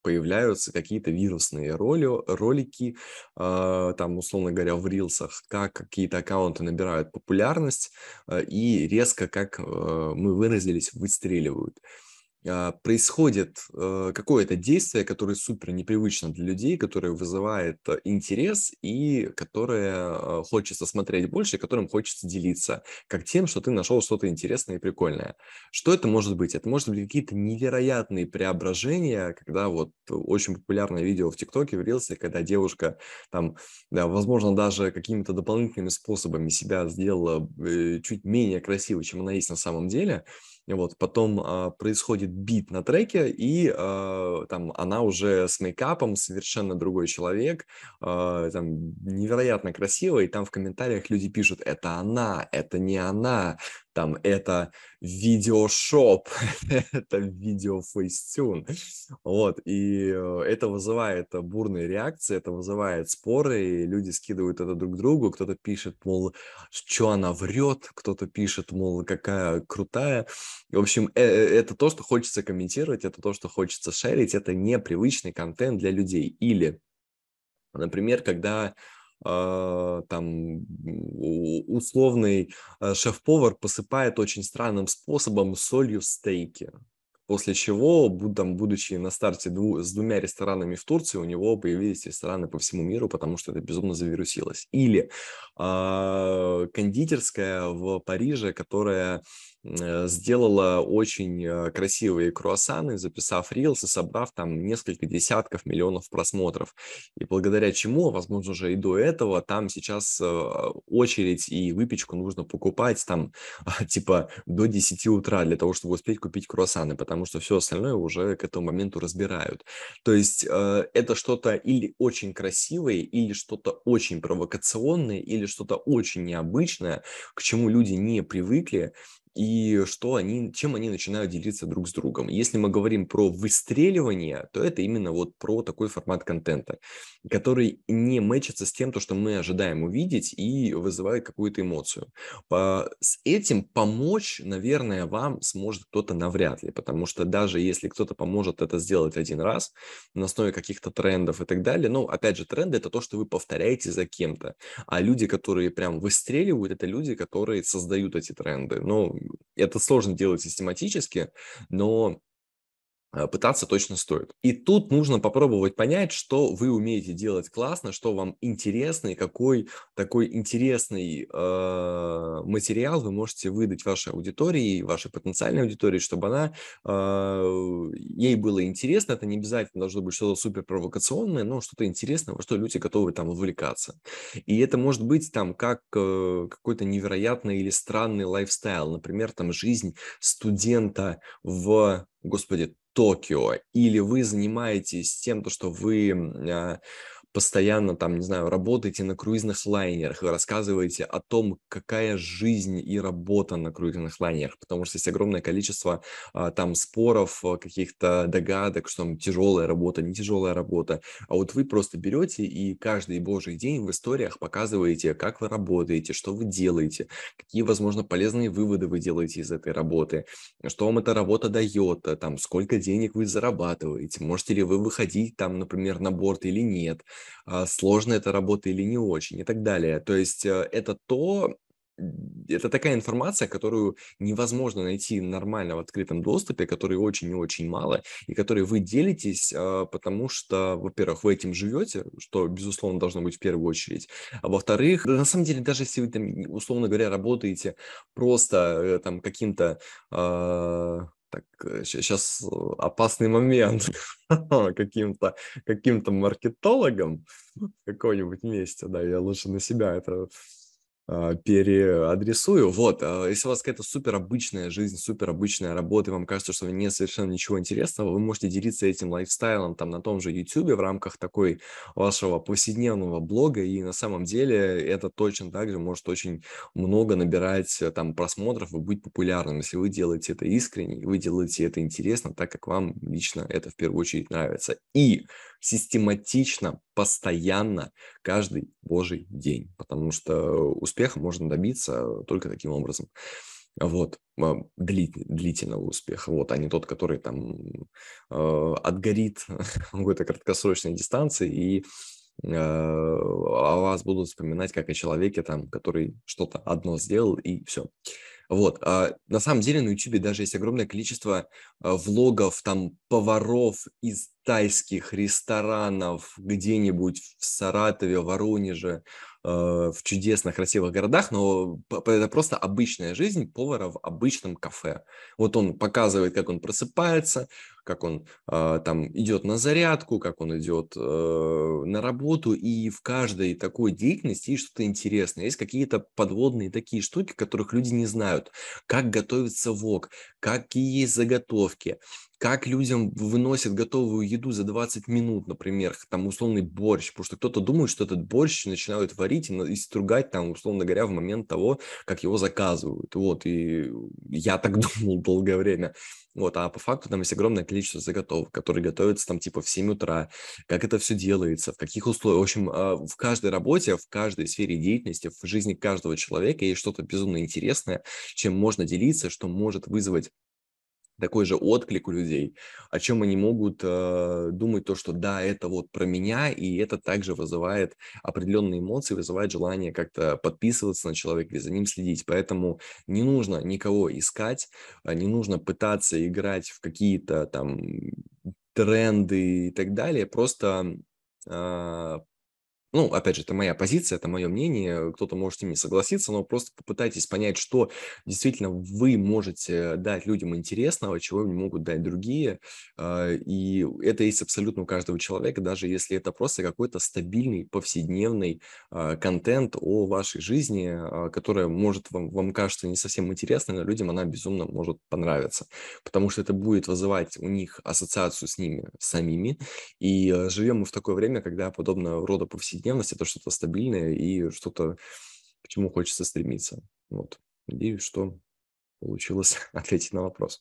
появляются какие-то вирусные роли, ролики, э, там, условно говоря, в рилсах, как какие-то аккаунты набирают популярность э, и резко, как э, мы выразились, выстреливают. А, происходит э, какое-то действие, которое супер непривычно для людей, которое вызывает э, интерес и которое э, хочется смотреть больше, и которым хочется делиться, как тем, что ты нашел что-то интересное и прикольное. Что это может быть? Это может быть какие-то невероятные преображения, когда вот очень популярное видео в ТикТоке, в Рилсе, когда девушка там, да, возможно, даже какими-то дополнительными способами себя сделала э, чуть менее красивой, чем она есть на самом деле. Вот, потом а, происходит бит на треке, и а, там она уже с мейкапом, совершенно другой человек, а, там невероятно красивая, и там в комментариях люди пишут: это она, это не она, там это видеошоп, это видео фейстюн. Вот, и э, это вызывает э, бурные реакции, это вызывает споры, и люди скидывают это друг другу, кто-то пишет, мол, что она врет, кто-то пишет, мол, какая крутая. В общем, э- э, это то, что хочется комментировать, это то, что хочется шерить, это непривычный контент для людей. Или, например, когда э, там у- условный э, шеф-повар посыпает очень странным способом солью стейки. После чего, буд- там, будучи на старте дву- с двумя ресторанами в Турции, у него появились рестораны по всему миру, потому что это безумно завирусилось. Или а, кондитерская в Париже, которая э, сделала очень э, красивые круассаны, записав рилс и собрав там несколько десятков миллионов просмотров. И благодаря чему, возможно, уже и до этого, там сейчас э, очередь и выпечку нужно покупать там типа до десяти утра для того, чтобы успеть купить круассаны, потому что все остальное уже к этому моменту разбирают. То есть э, это что-то или очень красивое, или что-то очень провокационное, или что-то очень необычное, к чему люди не привыкли, и что они, чем они начинают делиться друг с другом. Если мы говорим про выстреливание, то это именно вот про такой формат контента, который не мэчится с тем, то, что мы ожидаем увидеть, и вызывает какую-то эмоцию. По- С этим помочь, наверное, вам сможет кто-то навряд ли, потому что даже если кто-то поможет это сделать один раз на основе каких-то трендов и так далее, ну, опять же, тренды – это то, что вы повторяете за кем-то, а люди, которые прям выстреливают, это люди, которые создают эти тренды. Ну, это сложно делать систематически, но а, пытаться точно стоит. И тут нужно попробовать понять, что вы умеете делать классно, что вам интересно, и какой такой интересный э, материал вы можете выдать вашей аудитории, вашей потенциальной аудитории, чтобы она э, ей было интересно. Это не обязательно должно быть что-то супер провокационное, но что-то интересное, во что люди готовы там вовлекаться. И это может быть там как э, какой-то невероятный или странный лайфстайл, например, там жизнь студента в, господи, Токио, или вы занимаетесь тем, то, что вы а, постоянно там, не знаю, работаете на круизных лайнерах, вы рассказываете о том, какая жизнь и работа на круизных лайнерах, потому что есть огромное количество а, там споров, а, каких-то догадок, что там тяжелая работа, не тяжелая работа, а вот вы просто берете и каждый божий день в историях показываете, как вы работаете, что вы делаете, какие, возможно, полезные выводы вы делаете из этой работы, что вам эта работа дает, э, там, сколько денег вы зарабатываете, можете ли вы выходить там, например, на борт или нет, а, сложно эта работа или не очень и так далее. То есть э, это то, м, это такая информация, которую невозможно найти нормально в открытом доступе, которой очень и очень мало, и которой вы делитесь, а, потому что, во-первых, вы этим живете, что, безусловно, должно быть в первую очередь, а во-вторых, да, на самом деле, даже если вы там, условно говоря, работаете просто э, там каким-то а, так, сейчас опасный момент каким-то каким-то маркетологом в каком-нибудь месте, да, я лучше на себя это а, переадресую. Вот, а, если у вас какая-то супер обычная жизнь, супер обычная работа, и вам кажется, что нет совершенно ничего интересного, вы можете делиться этим лайфстайлом там на том же YouTube в рамках такой вашего повседневного блога, и на самом деле это точно так же может очень много набирать э, там просмотров и быть популярным, если вы делаете это искренне, и вы делаете это интересно, так как вам лично это в первую очередь нравится. И систематично, постоянно, каждый божий день, потому что успеха можно добиться только таким образом. Вот, а, дли- длительного успеха, вот, а не тот, который там э, отгорит в какой-то краткосрочной дистанции, и э, о вас будут вспоминать как о человеке, там, который что-то одно сделал, и все. Вот, а, на самом деле на "Ютубе" даже есть огромное количество, а, влогов, там, поваров из тайских ресторанов где-нибудь в Саратове, Воронеже, а, в чудесных, красивых городах, но п п это просто обычная жизнь повара в обычном кафе. Вот он показывает, как он просыпается, как он, а, там идет на зарядку, как он идет, э, на работу, и в каждой такой деятельности есть что-то интересное. Есть какие-то подводные такие штуки, которых люди не знают. Как готовится вок, какие есть заготовки, как людям выносят готовую еду за двадцать минут, например, х- там условный борщ, потому что кто-то думает, что этот борщ начинают варить и, на- и стругать там, условно говоря, в момент того, как его заказывают. Вот, и я так думал долгое время. Вот, а по факту там есть огромное количество заготовок, которые готовятся там типа в семь утра, как это все делается, в каких условиях. В общем, а, в каждой работе, в каждой сфере деятельности, в жизни каждого человека есть что-то безумно интересное, чем можно делиться, что может вызвать такой же отклик у людей, о чем они могут э, думать то, что да, это вот про меня, и это также вызывает определенные эмоции, вызывает желание как-то подписываться на человека и за ним следить. Поэтому не нужно никого искать, а не нужно пытаться играть в какие-то там тренды и так далее. Просто а, ну, опять же, это моя позиция, это мое мнение, кто-то может с ним не согласиться, но просто попытайтесь понять, что действительно вы можете дать людям интересного, чего не могут дать другие. А, И это есть абсолютно у каждого человека, даже если это просто какой-то стабильный повседневный а, контент о вашей жизни, а, которая может вам, вам кажется не совсем интересной, но людям она безумно может понравиться, потому что это будет вызывать у них ассоциацию с ними самими, и э, живем мы в такое время, когда подобного рода повседневность– это что-то стабильное и что-то, к чему хочется стремиться. Вот. Надеюсь, что получилось ответить на вопрос.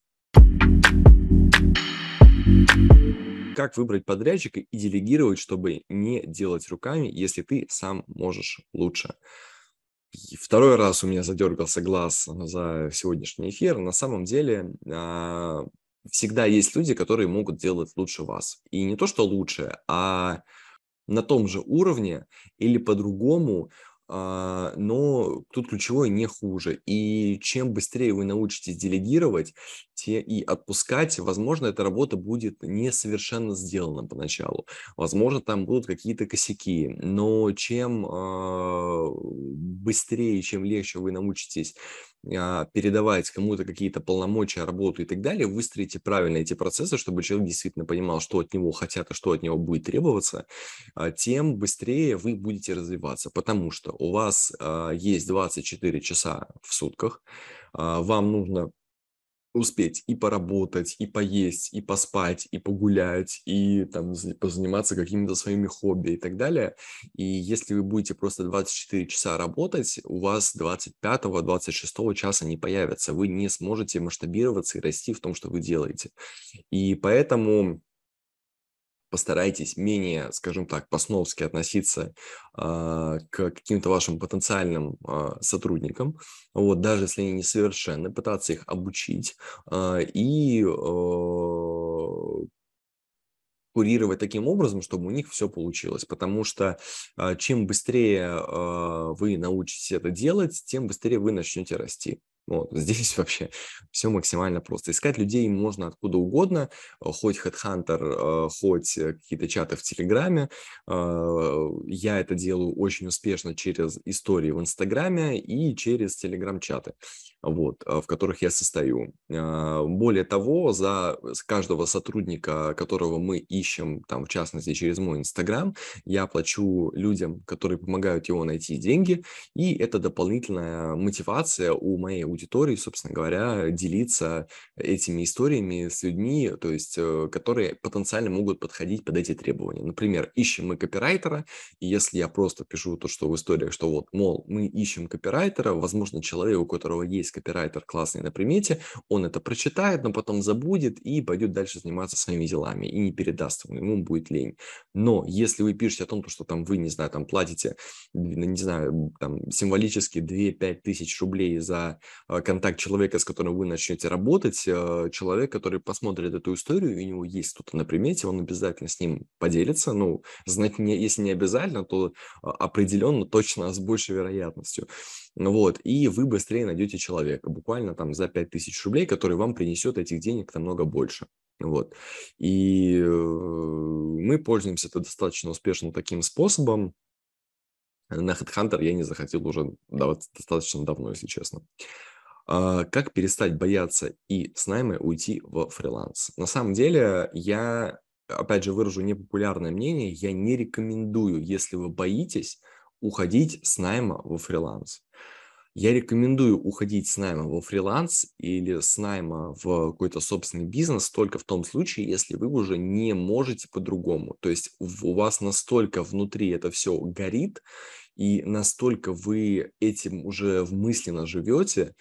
Как выбрать подрядчика и делегировать, чтобы не делать руками, если ты сам можешь лучше? И второй раз у меня задергался глаз за сегодняшний эфир. На самом деле а, всегда есть люди, которые могут делать лучше вас. И не то, что лучше, а на том же уровне или по-другому, а, но тут ключевое не хуже. И чем быстрее вы научитесь делегировать те и отпускать, возможно, эта работа будет несовершенно сделана поначалу. Возможно, там будут какие-то косяки, но чем а, быстрее, чем легче вы научитесь а, передавать кому-то какие-то полномочия, работу и так далее, выстроите правильно эти процессы, чтобы человек действительно понимал, что от него хотят и что от него будет требоваться, а, тем быстрее вы будете развиваться, потому что у вас а, есть двадцать четыре часа в сутках, а, вам нужно успеть и поработать, и поесть, и поспать, и погулять, и там за- позаниматься какими-то своими хобби и так далее. И если вы будете просто двадцать четыре часа работать, у вас двадцать пятого, двадцать шестого часа не появится. Вы не сможете масштабироваться и расти в том, что вы делаете. И поэтому постарайтесь менее, скажем так, по-сновски относиться а, к каким-то вашим потенциальным а, сотрудникам, вот, даже если они несовершенны, пытаться их обучить а, и э, курировать таким образом, чтобы у них все получилось. Потому что а, чем быстрее а, вы научитесь это делать, тем быстрее вы начнете расти. Вот, здесь вообще все максимально просто. Искать людей можно откуда угодно, э, хоть HeadHunter, э, хоть э, какие-то чаты в Телеграме. Э, Я это делаю очень успешно через истории в Инстаграме и через Телеграм-чаты, вот, э, в которых я состою. А, Более того, за с каждого сотрудника, которого мы ищем, там, в частности, через мой Инстаграм, я плачу людям, которые помогают его найти, деньги, и это дополнительная мотивация у моей аудитории, собственно говоря, делиться этими историями с людьми, то есть, э, которые потенциально могут подходить под эти требования. Например, ищем мы копирайтера, и если я просто пишу то, что в историях, что вот, мол, мы ищем копирайтера, возможно, человек, у которого есть есть копирайтер классный на примете, он это прочитает, но потом забудет и пойдет дальше заниматься своими делами и не передаст ему, ему будет лень. Но если вы пишете о том, что там вы, не знаю, там платите, не знаю, там символически две-пять тысяч рублей за контакт человека, с которым вы начнете работать, человек, который посмотрит эту историю, и у него есть кто-то на примете, он обязательно с ним поделится. Ну, знать не, если не обязательно, то определенно точно с большей вероятностью. Вот, и вы быстрее найдете человека, буквально там за пять тысяч рублей, который вам принесет этих денег намного больше. Вот, и мы пользуемся это достаточно успешно таким способом. На HeadHunter я не захотел уже достаточно давно, если честно. Как перестать бояться и с найма уйти в фриланс? На самом деле, я, опять же, выражу непопулярное мнение, я не рекомендую, если вы боитесь, уходить с найма во фриланс. Я рекомендую уходить с найма во фриланс или с найма в какой-то собственный бизнес только в том случае, если вы уже не можете по-другому. То есть у вас настолько внутри это все горит, и настолько вы этим уже мысленно живете,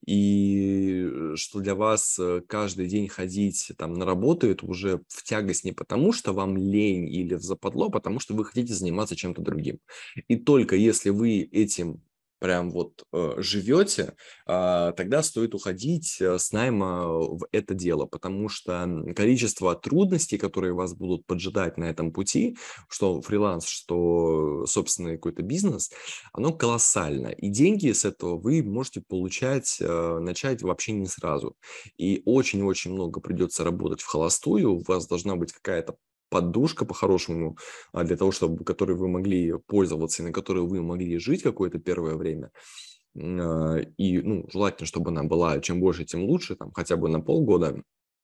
и что для вас каждый день ходить там на работу это уже в тягость не потому, что вам лень или в западло, а потому что вы хотите заниматься чем-то другим. И только если вы этим прям вот э, живете, э, тогда стоит уходить э, с найма в это дело, потому что количество трудностей, которые вас будут поджидать на этом пути, что фриланс, что собственный какой-то бизнес, оно колоссально. И деньги с этого вы можете получать, э, начать вообще не сразу. И очень-очень много придется работать в холостую, у вас должна быть какая-то подушка по-хорошему, для того, чтобы, которой вы могли пользоваться и на которой вы могли жить какое-то первое время. И, ну, желательно, чтобы она была чем больше, тем лучше, там, хотя бы на полгода.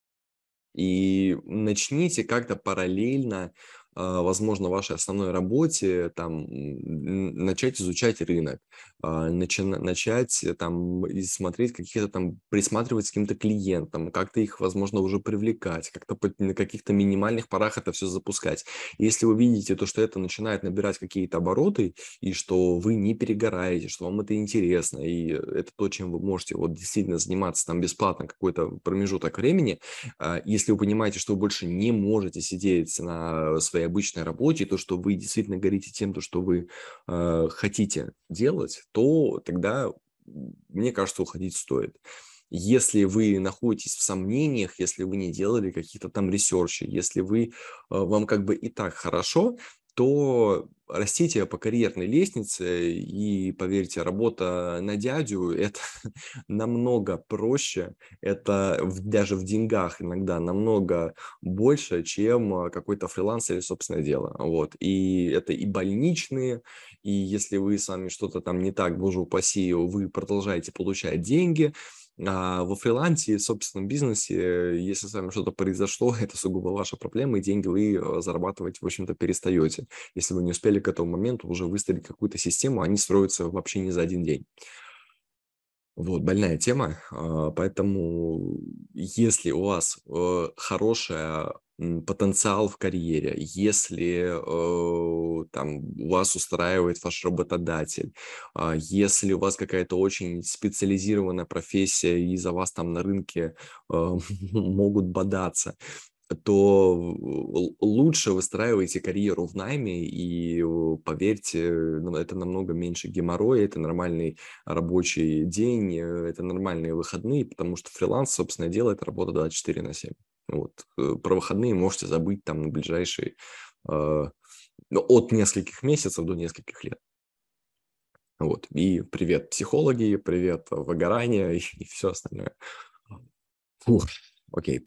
И начните как-то параллельно, возможно, вашей основной работе, там, начать изучать рынок, начи- начать там и смотреть каких-то там, присматривать к каким-то клиентам, как-то их, возможно, уже привлекать, как-то по- на каких-то минимальных порах это все запускать. Если вы видите то, что это начинает набирать какие-то обороты, и что вы не перегораете, что вам это интересно, и это то, чем вы можете вот действительно заниматься там бесплатно какой-то промежуток времени, если вы понимаете, что вы больше не можете сидеть на своей обычной работе, то, что вы действительно горите тем, то, что вы э, хотите делать, то тогда, мне кажется, уходить стоит. Если вы находитесь в сомнениях, если вы не делали каких-то там ресерчей, если вы, э, вам как бы и так хорошо, то растите по карьерной лестнице, и, поверьте, работа на дядю – это намного проще, это в, даже в деньгах иногда намного больше, чем какой-то фриланс или собственное дело. Вот. И это и больничные, и если вы с вами что-то там не так, боже упаси, вы продолжаете получать деньги. А во фрилансе, в собственном бизнесе, если с вами что-то произошло, это сугубо ваша проблема, и деньги вы зарабатывать, в общем-то, перестаете. Если вы не успели к этому моменту уже выстроить какую-то систему, они строятся вообще не за один день. Вот, больная тема, поэтому если у вас э, хороший потенциал в карьере, если э, там вас устраивает ваш работодатель, а если у вас какая-то очень специализированная профессия и за вас там на рынке э, могут бодаться, то лучше выстраивайте карьеру в найме, и поверьте, ну, это намного меньше геморроя, это нормальный рабочий день, это нормальные выходные, потому что фриланс, собственно, делает работу двадцать четыре на семь. Вот. Про выходные можете забыть там на ближайшие э, от нескольких месяцев до нескольких лет. Вот. И привет психологи, привет выгорание и, и все остальное. Фух, окей.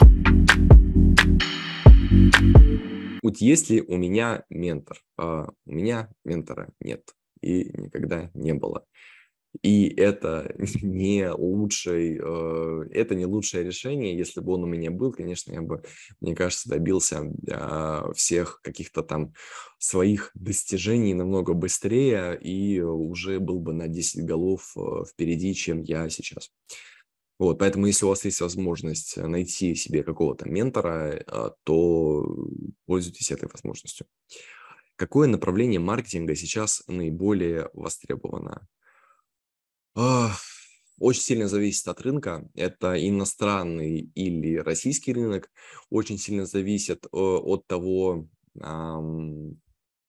Вот есть ли у меня ментор? А, у меня ментора нет и никогда не было. И это не лучший, э, это не лучшее решение. Если бы он у меня был, конечно, я бы, мне кажется, добился а, всех каких-то там своих достижений намного быстрее и уже был бы на десять голов э, впереди, чем я сейчас. Вот, поэтому, если у вас есть возможность найти себе какого-то ментора, а, то пользуйтесь этой возможностью. Какое направление маркетинга сейчас наиболее востребовано? Очень сильно зависит от рынка. Это иностранный или российский рынок. Очень сильно зависит э, от того, ам,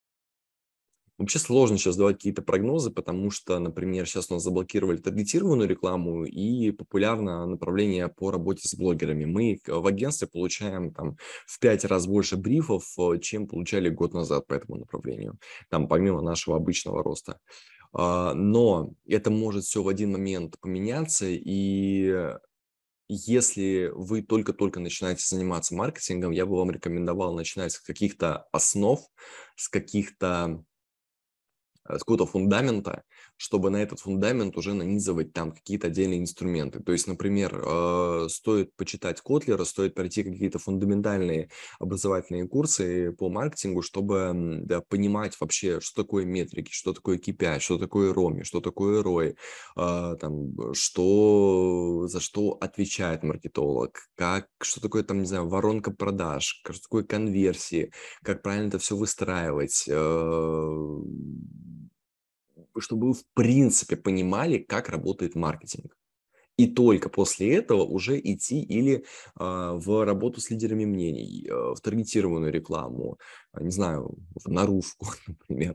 вообще сложно сейчас давать какие-то прогнозы, потому что, например, сейчас у нас заблокировали таргетированную рекламу и популярно направление по работе с блогерами. Мы к- в агентстве получаем там в пять раз больше брифов, э, чем получали год назад по этому направлению, там помимо нашего обычного роста. А, Но это может все в один момент поменяться, и если вы только-только начинаете заниматься маркетингом, я бы вам рекомендовал начинать с каких-то основ, с каких-то э, с какого-то фундамента, чтобы на этот фундамент уже нанизывать там какие-то отдельные инструменты. То есть, например, э, стоит почитать Котлера, стоит пройти какие-то фундаментальные образовательные курсы по маркетингу, чтобы м, да, понимать вообще, что такое метрики, что такое K P I, что такое роми, что такое рой, а, там, б- что, за что отвечает маркетолог, как, что такое там, не знаю, воронка продаж, что такое конверсии, как правильно это все выстраивать, э, чтобы вы в принципе понимали, как работает маркетинг. И только после этого уже идти или а, в работу с лидерами мнений, а, в таргетированную рекламу, а, не знаю, в наружку, например,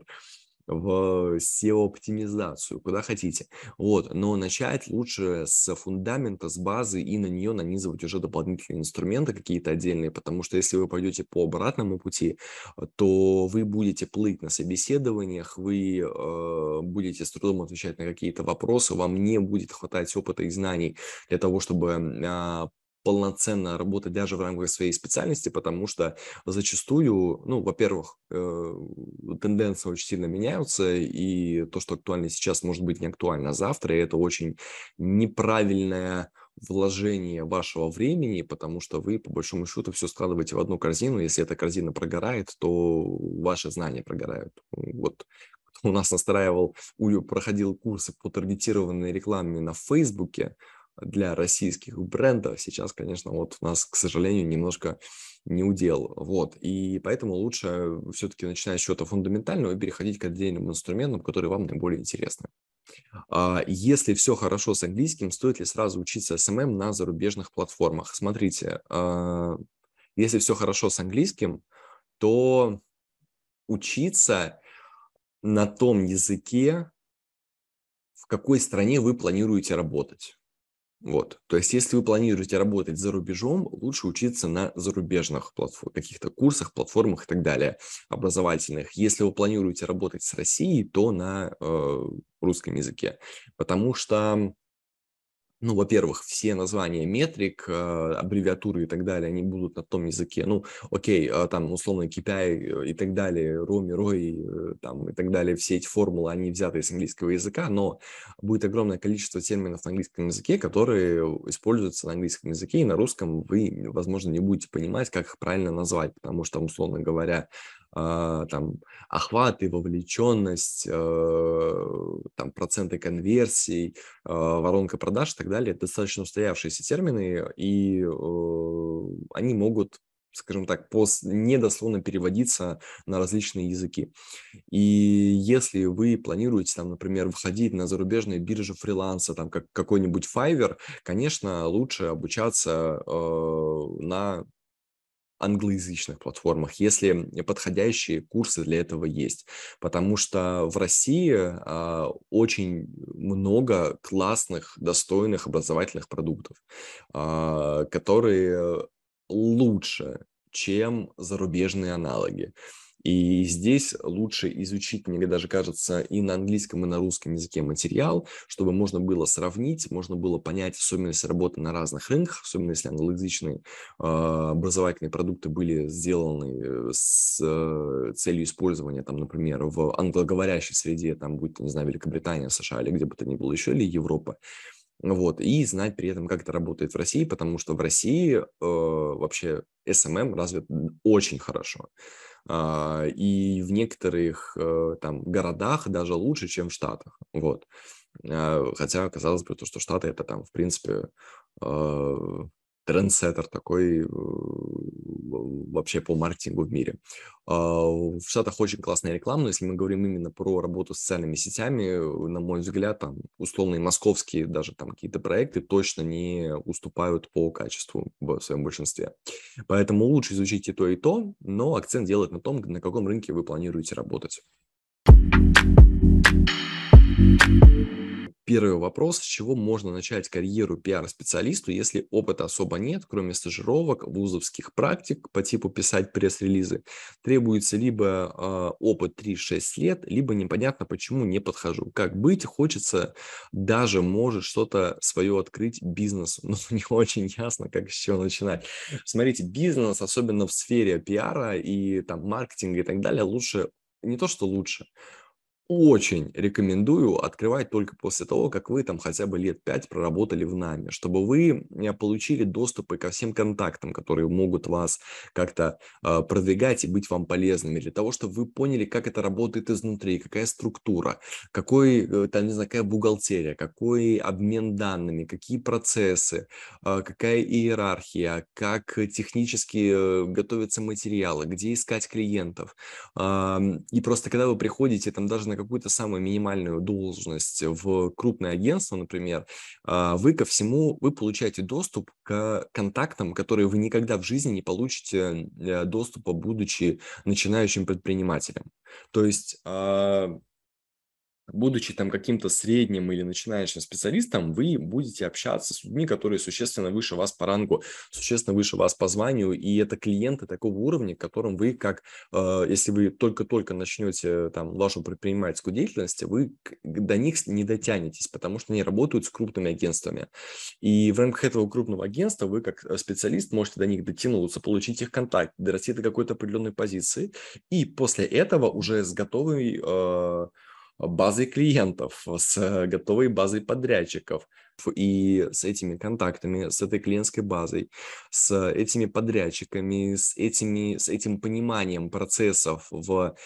в сео-оптимизацию, куда хотите. Вот, но начать лучше с фундамента, с базы и на нее нанизывать уже дополнительные инструменты какие-то отдельные, потому что если вы пойдете по обратному пути, э, то вы будете плыть на собеседованиях, вы э, будете с трудом отвечать на какие-то вопросы, вам не будет хватать опыта и знаний для того, чтобы а, полноценно работать даже в рамках своей специальности, потому что зачастую, ну, во-первых, э, тенденции очень сильно меняются, и то, что актуально сейчас, может быть не актуально завтра, и это очень неправильное вложение вашего времени, потому что вы, по большому счету, все складываете в одну корзину. Если эта корзина прогорает, то ваши знания прогорают. Вот у нас настраивал, Улю проходил курсы по таргетированной рекламе на Фейсбуке для российских брендов. Сейчас, конечно, вот у нас, к сожалению, немножко не удел. Вот. И поэтому лучше все-таки начинать с чего-то фундаментального и переходить к отдельным инструментам, которые вам наиболее интересны. А Если все хорошо с английским, стоит ли сразу учиться эс эм эм на зарубежных платформах? Смотрите, а, если все хорошо с английским, то учиться на том языке, в какой стране вы планируете работать. Вот. То есть, если вы планируете работать за рубежом, лучше учиться на зарубежных платформ, каких-то курсах, платформах и так далее, образовательных. Если вы планируете работать с Россией, то на э, русском языке. Потому что ну, во-первых, все названия метрик, э, аббревиатуры и так далее, они будут на том языке. Ну, окей, э, там, условно, кей пи ай э, и так далее, роми, рой, э, там, и так далее, все эти формулы, они взяты из английского языка, но будет огромное количество терминов на английском языке, которые используются на английском языке, и на русском вы, возможно, не будете понимать, как их правильно назвать, потому что, условно говоря, э, там, охват и вовлеченность, э, там, проценты конверсий, э, воронка продаж и так далее, это достаточно устоявшиеся термины, и э, они могут, скажем так, пос- недословно переводиться на различные языки. И если вы планируете, там, например, выходить на зарубежные биржи фриланса, там, как какой-нибудь Fiverr, конечно, лучше обучаться э, на англоязычных платформах, если подходящие курсы для этого есть. Потому что в России а, очень много классных, достойных образовательных продуктов, а, которые лучше, чем зарубежные аналоги. И здесь лучше изучить, мне даже кажется, и на английском, и на русском языке материал, чтобы можно было сравнить, можно было понять особенности работы на разных рынках, особенно если англоязычные а, образовательные продукты были сделаны с э, целью использования, там, например, в англоговорящей среде, там, будь то, не знаю, Великобритания, США или где бы то ни было еще, или Европа, вот, и знать при этом, как это работает в России, потому что в России э, вообще эс эм эм развит очень хорошо. А, и в некоторых э, там городах даже лучше, чем в Штатах. Вот. А, Хотя, казалось бы, то, что Штаты это там, в принципе, э, трендсеттер такой э, в- вообще по маркетингу в мире. А, В Штатах очень классная реклама, но если мы говорим именно про работу с социальными сетями, э, на мой взгляд, там условные московские даже там какие-то проекты точно не уступают по качеству в своем большинстве. Поэтому лучше изучить и то, и то, но акцент делать на том, на каком рынке вы планируете работать. Первый вопрос: с чего можно начать карьеру пиар-специалисту, если опыта особо нет, кроме стажировок, вузовских практик по типу писать пресс-релизы? Требуется либо а, опыт три-шесть лет, либо непонятно, почему не подхожу. Как быть? Хочется даже, может, что-то свое открыть, бизнес, но не очень ясно, как с чего начинать. Смотрите, бизнес, особенно в сфере пиара и там маркетинга и так далее, лучше, не то что лучше, очень рекомендую открывать только после того, как вы там хотя бы лет пять проработали в найме, чтобы вы э, получили доступы ко всем контактам, которые могут вас как-то э, продвигать и быть вам полезными, для того, чтобы вы поняли, как это работает изнутри, какая структура, какой, э, там, не знаю, какая бухгалтерия, какой обмен данными, какие процессы, э, какая иерархия, как технически э, готовятся материалы, где искать клиентов. Ам, И просто когда вы приходите там даже на какую-то самую минимальную должность в крупное агентство, например, а, вы ко всему, вы получаете доступ к контактам, которые вы никогда в жизни не получите э, доступа, будучи начинающим предпринимателем. То есть а, будучи там каким-то средним или начинающим специалистом, вы будете общаться с людьми, которые существенно выше вас по рангу, существенно выше вас по званию, и это клиенты такого уровня, к которым вы, как, э, если вы только-только начнете там вашу предпринимательскую деятельность, вы к- до них с- не дотянетесь, потому что они работают с крупными агентствами. И в рамках этого крупного агентства вы, как э, специалист, можете до них дотянуться, получить их контакт, дорасти до какой-то определенной позиции, и после этого уже с готовой э, базой клиентов, с э, готовой базой подрядчиков и с этими контактами, с этой клиентской базой, с этими подрядчиками, с этими, с этим пониманием процессов в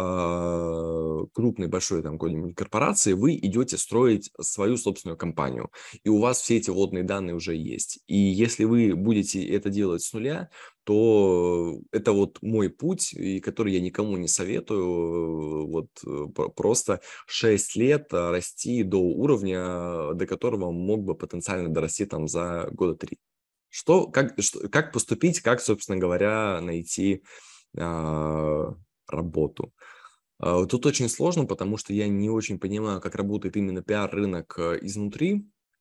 э, крупной большой там какой-нибудь корпорации, вы идете строить свою собственную компанию, и у вас все эти вводные данные уже есть. И если вы будете это делать с нуля, то это вот мой путь, и который я никому не советую, вот э, про- просто шесть лет а, расти до уровня, до которого мог бы потенциально дорасти там за года три. Что, как, что, как поступить, как, собственно говоря, найти а, работу? А, Тут очень сложно, потому что я не очень понимаю, как работает именно пиар-рынок э, изнутри.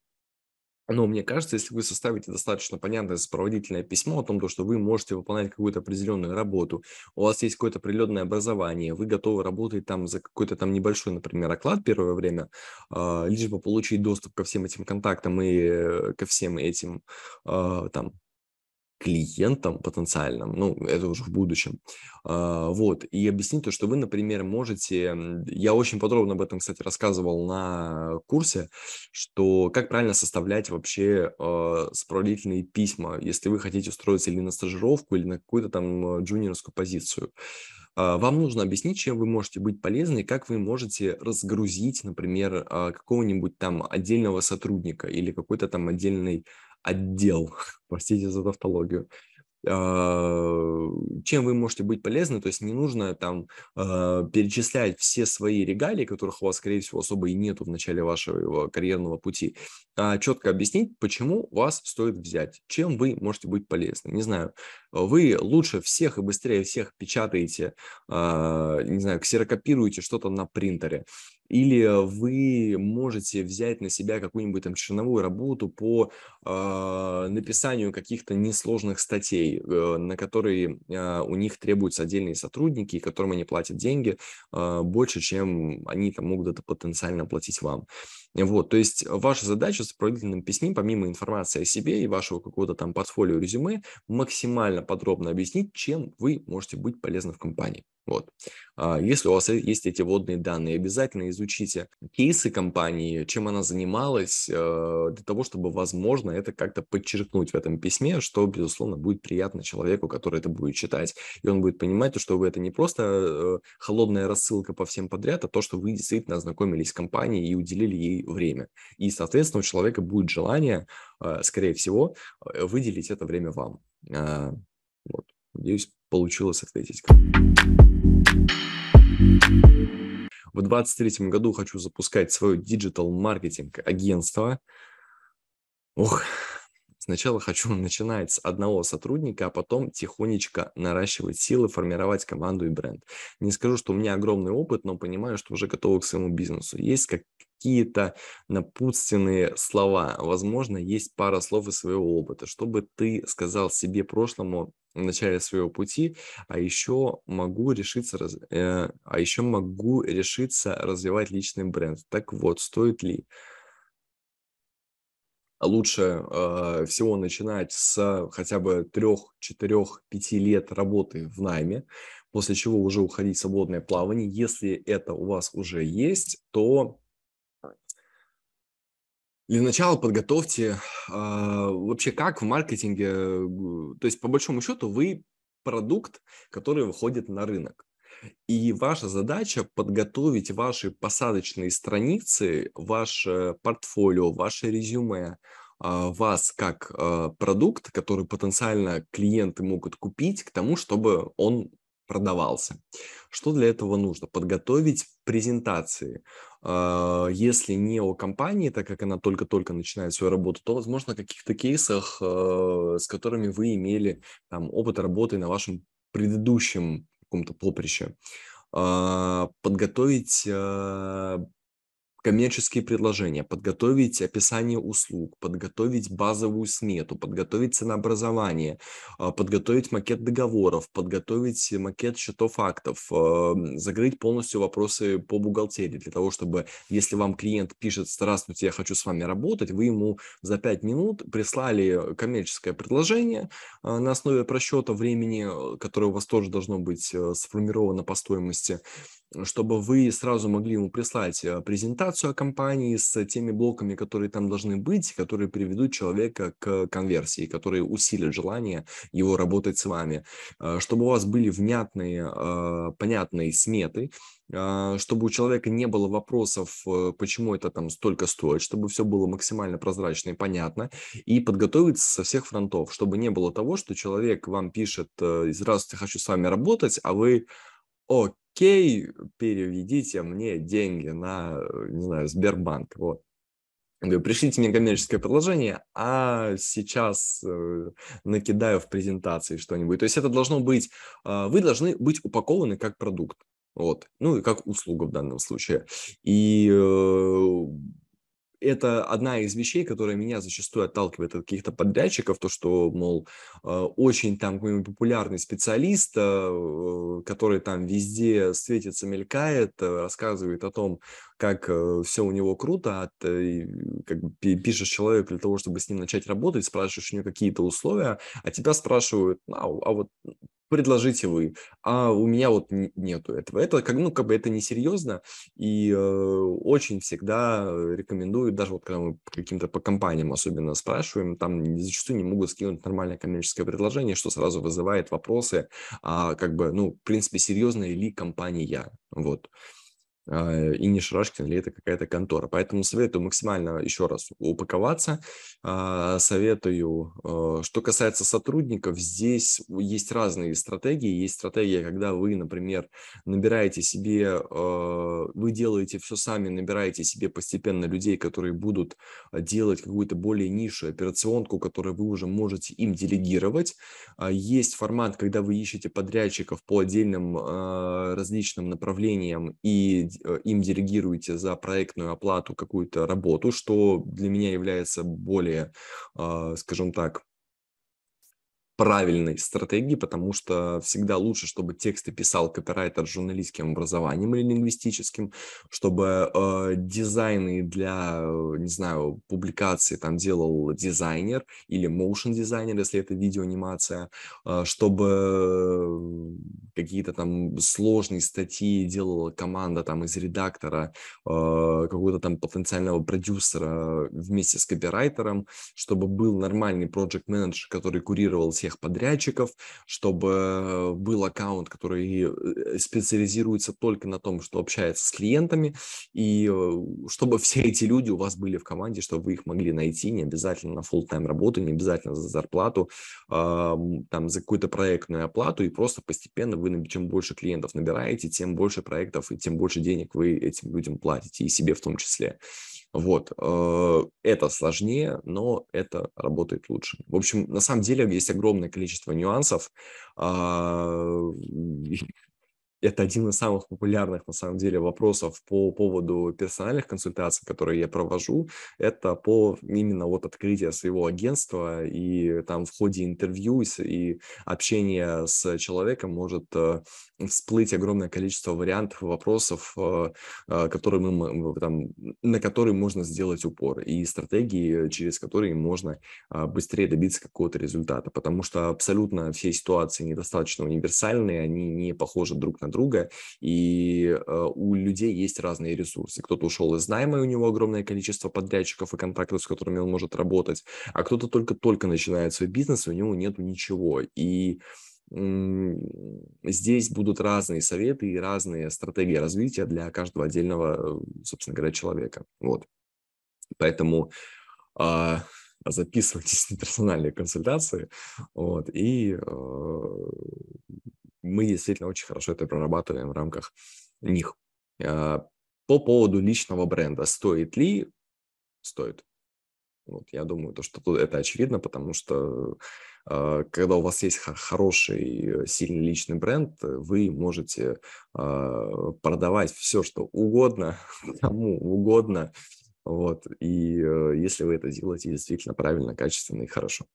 Но мне кажется, если вы составите достаточно понятное сопроводительное письмо о том, то, что вы можете выполнять какую-то определенную работу, у вас есть какое-то определенное образование, вы готовы работать там за какой-то там небольшой, например, оклад первое время, а, лишь бы получить доступ ко всем этим контактам и э, ко всем этим а, там клиентам потенциальным, ну, это уже в будущем. А, Вот, и объяснить то, что вы, например, можете... м, Я очень подробно об этом, кстати, рассказывал на курсе, что как правильно составлять вообще э, сопроводительные письма, если вы хотите устроиться или на стажировку, или на какую-то там э, джуниорскую позицию. А, Вам нужно объяснить, чем вы можете быть полезны, и как вы можете разгрузить, например, а, какого-нибудь там отдельного сотрудника или какой-то там отдельный отдел, простите за тавтологию. А, Чем вы можете быть полезны, то есть не нужно там а, перечислять все свои регалии, которых у вас, скорее всего, особо и нету в начале вашего карьерного пути, а четко объяснить, почему вас стоит взять, чем вы можете быть полезны. Не знаю, вы лучше всех и быстрее всех печатаете, а, не знаю, ксерокопируете что-то на принтере, или вы можете взять на себя какую-нибудь там черновую работу по а, написанию каких-то несложных статей, э, на которые а, у них требуются отдельные сотрудники, которым они платят деньги а, больше, чем они там могут это потенциально платить вам. Вот, то есть ваша задача в сопроводительном письме, помимо информации о себе и вашего какого-то там портфолио резюме, максимально подробно объяснить, чем вы можете быть полезны в компании. Вот. А Если у вас э- есть эти вводные данные, обязательно изучите кейсы компании, чем она занималась, э, для того, чтобы, возможно, это как-то подчеркнуть в этом письме, что, безусловно, будет приятно человеку, который это будет читать, и он будет понимать, то, что вы это не просто э, холодная рассылка по всем подряд, а то, что вы действительно ознакомились с компанией и уделили ей время. И, соответственно, у человека будет желание, э, скорее всего, э, выделить это время вам. А, Вот. Надеюсь, получилось ответить. В двадцать третьем году хочу запускать свое диджитал-маркетинг агентство. Ох, сначала хочу начинать с одного сотрудника, а потом тихонечко наращивать силы, формировать команду и бренд. Не скажу, что у меня огромный опыт, но понимаю, что уже готова к своему бизнесу. Есть какие-то напутственные слова. Возможно, есть пара слов из своего опыта. Что бы ты сказал себе прошлому в начале своего пути, а еще могу решиться, раз- э, а еще могу решиться развивать личный бренд. Так вот, стоит ли? Лучше э, всего начинать с хотя бы трех, четырех, пяти лет работы в найме, после чего уже уходить в свободное плавание. Если это у вас уже есть, то для начала подготовьте а, вообще как в маркетинге, э, то есть по большому счету вы продукт, который выходит на рынок. И ваша задача подготовить ваши посадочные страницы, ваше портфолио, ваше резюме, а, вас как а, продукт, который потенциально клиенты могут купить, к тому, чтобы он продавался. Что для этого нужно? Подготовить презентации. А, Если не о компании, так как она только-только начинает свою работу, то, возможно, о каких-то кейсах, э, с которыми вы имели там, опыт работы на вашем предыдущем каком-то поприще. А, Подготовить а, коммерческие предложения, подготовить описание услуг, подготовить базовую смету, подготовить ценообразование, а, подготовить макет договоров, подготовить макет счетов актов, а, м, закрыть полностью вопросы по бухгалтерии для того, чтобы, если вам клиент пишет «Здравствуйте, я хочу с вами работать», вы ему за пять минут прислали коммерческое предложение а, на основе просчета времени, э, которое у вас тоже должно быть э, сформировано по стоимости, чтобы вы сразу могли ему прислать э, презентацию о компании с теми блоками, которые там должны быть, которые приведут человека к конверсии, которые усилят желание его работать с вами, Э, чтобы у вас были внятные, э, понятные сметы, э, чтобы у человека не было вопросов, э, почему это там столько стоит, чтобы все было максимально прозрачно и понятно, и подготовиться со всех фронтов, чтобы не было того, что человек вам пишет э, «Здравствуйте, хочу с вами работать», а вы окей, переведите мне деньги на, э, не знаю, Сбербанк. Вот. Я говорю, пришлите мне коммерческое предложение, а сейчас э, накидаю в презентации что-нибудь. То есть это должно быть, а, вы должны быть упакованы как продукт. Вот. Ну и как услуга в данном случае. И э, это одна из вещей, которая меня зачастую отталкивает от каких-то подрядчиков, то, что, мол, э, очень там какой-нибудь популярный специалист, э, который там везде светится, мелькает, э, рассказывает о том, как все у него круто, а ты как бы пи- пишешь человеку для того, чтобы с ним начать работать, спрашиваешь у него какие-то условия, а тебя спрашивают, а, а вот предложите вы, а у меня вот н- нету этого. Это как, ну, как бы это несерьезно, и э, очень всегда рекомендую, даже вот когда мы по каким-то по компаниям особенно спрашиваем, там не- зачастую не могут скинуть нормальное коммерческое предложение, что сразу вызывает вопросы, а, как бы, ну, в принципе, серьезная ли компания, вот. А, и не Шарашкин ли это какая-то контора. Поэтому советую максимально еще раз упаковаться. А, Советую, э, что касается сотрудников, здесь есть разные стратегии. Есть стратегия, когда вы, например, набираете себе, э, вы делаете все сами, набираете себе постепенно людей, которые будут э, делать какую-то более нишу операционку, которую вы уже можете им делегировать. А, Есть формат, когда вы ищете подрядчиков по отдельным а, различным направлениям и э, им делегируете за проектную оплату какую-то работу, что для меня является более, а, скажем так, правильной стратегией, потому что всегда лучше, чтобы тексты писал копирайтер с журналистским образованием или лингвистическим, чтобы э, дизайны для, э, не знаю, публикации там делал дизайнер или motion дизайнер, если это видеоанимация, э, чтобы какие-то там сложные статьи делала команда там из редактора, э, какого-то там потенциального продюсера вместе с копирайтером, чтобы был нормальный проект-менеджер, который курировал всех подрядчиков, чтобы был аккаунт, который э, специализируется только на том, что общается с клиентами, и э, чтобы все эти люди у вас были в команде, чтобы вы их могли найти, не обязательно на full-time работу, не обязательно за зарплату, э, там за какую-то проектную оплату, и просто постепенно вы, чем больше клиентов набираете, тем больше проектов и тем больше денег вы этим людям платите, и себе в том числе. Вот, э, это сложнее, но это работает лучше. В общем, на самом деле есть огромное количество нюансов. А, Это один из самых популярных, на самом деле, вопросов по поводу персональных консультаций, которые я провожу. Это по именно вот открытия своего агентства, и там в ходе интервью и общения с человеком может э, всплыть огромное количество вариантов и вопросов, э, э, которые мы, там, на которые можно сделать упор, и стратегии, через которые можно э, быстрее добиться какого-то результата, потому что абсолютно все ситуации недостаточно универсальные, они не похожи друг на друга, и э, у людей есть разные ресурсы. Кто-то ушел из найма, и у него огромное количество подрядчиков и контактов, с которыми он может работать, а кто-то только-только начинает свой бизнес, и у него нету ничего. И здесь будут разные советы и разные стратегии развития для каждого отдельного, собственно говоря, человека. Вот. Поэтому а, записывайтесь на персональные консультации, вот, и а, мы действительно очень хорошо это прорабатываем в рамках них. А, по поводу личного бренда. Стоит ли? Стоит. Вот, я думаю, то, что тут это очевидно, потому что э, когда у вас есть х- хороший, сильный личный бренд, вы можете э, продавать все, что угодно, кому угодно. Вот, и э, если вы это делаете действительно правильно, качественно и хорошо.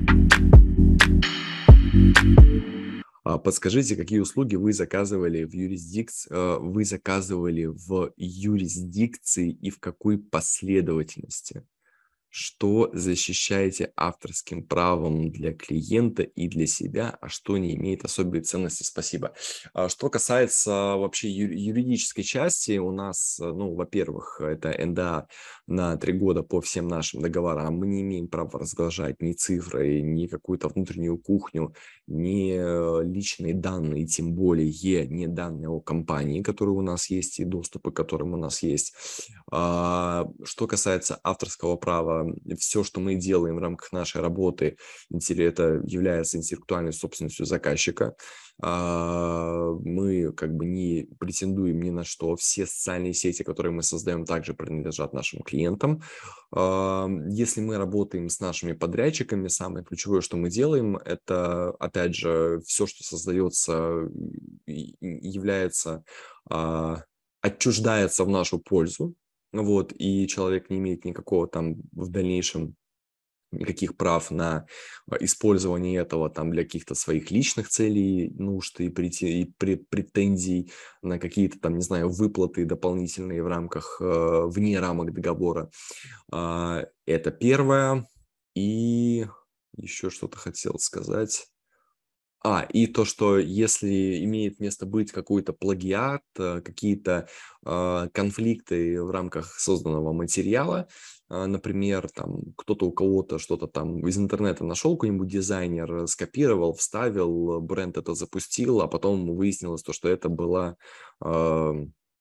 А подскажите, какие услуги вы заказывали в юрисдикции, э, вы заказывали в юрисдикции и в какой последовательности? Что защищаете авторским правом для клиента и для себя, а что не имеет особой ценности? Спасибо. А Что касается вообще ю- юридической части, у нас, э, ну, во-первых, это эн дэ а на три года по всем нашим договорам. Мы не имеем права разглашать ни цифры, ни какую-то внутреннюю кухню, ни э, личные данные, тем более не данные о компании, которые у нас есть, и доступы к которым у нас есть. А, Что касается авторского права, все, что мы делаем в рамках нашей работы, это является интеллектуальной собственностью заказчика. А, Мы как бы не претендуем ни на что. Все социальные сети, которые мы создаем, также принадлежат нашим клиентам. А, Если мы работаем с нашими подрядчиками, самое ключевое, что мы делаем, это, опять же, все, что создается, и- и является, а, отчуждается в нашу пользу. Вот, и человек не имеет никакого там в дальнейшем никаких прав на а, использование этого там для каких-то своих личных целей, нужд и, прите- и пре- претензий на какие-то там, не знаю, выплаты дополнительные в рамках, э, вне рамок договора. А, Это первое. И еще что-то хотел сказать. А, и то, что если имеет место быть какой-то плагиат, э, какие-то а, конфликты в рамках созданного материала, а, например, там кто-то у кого-то что-то там из интернета нашел, какой-нибудь дизайнер, э, скопировал, вставил, бренд это запустил, а потом выяснилось то, что это была а,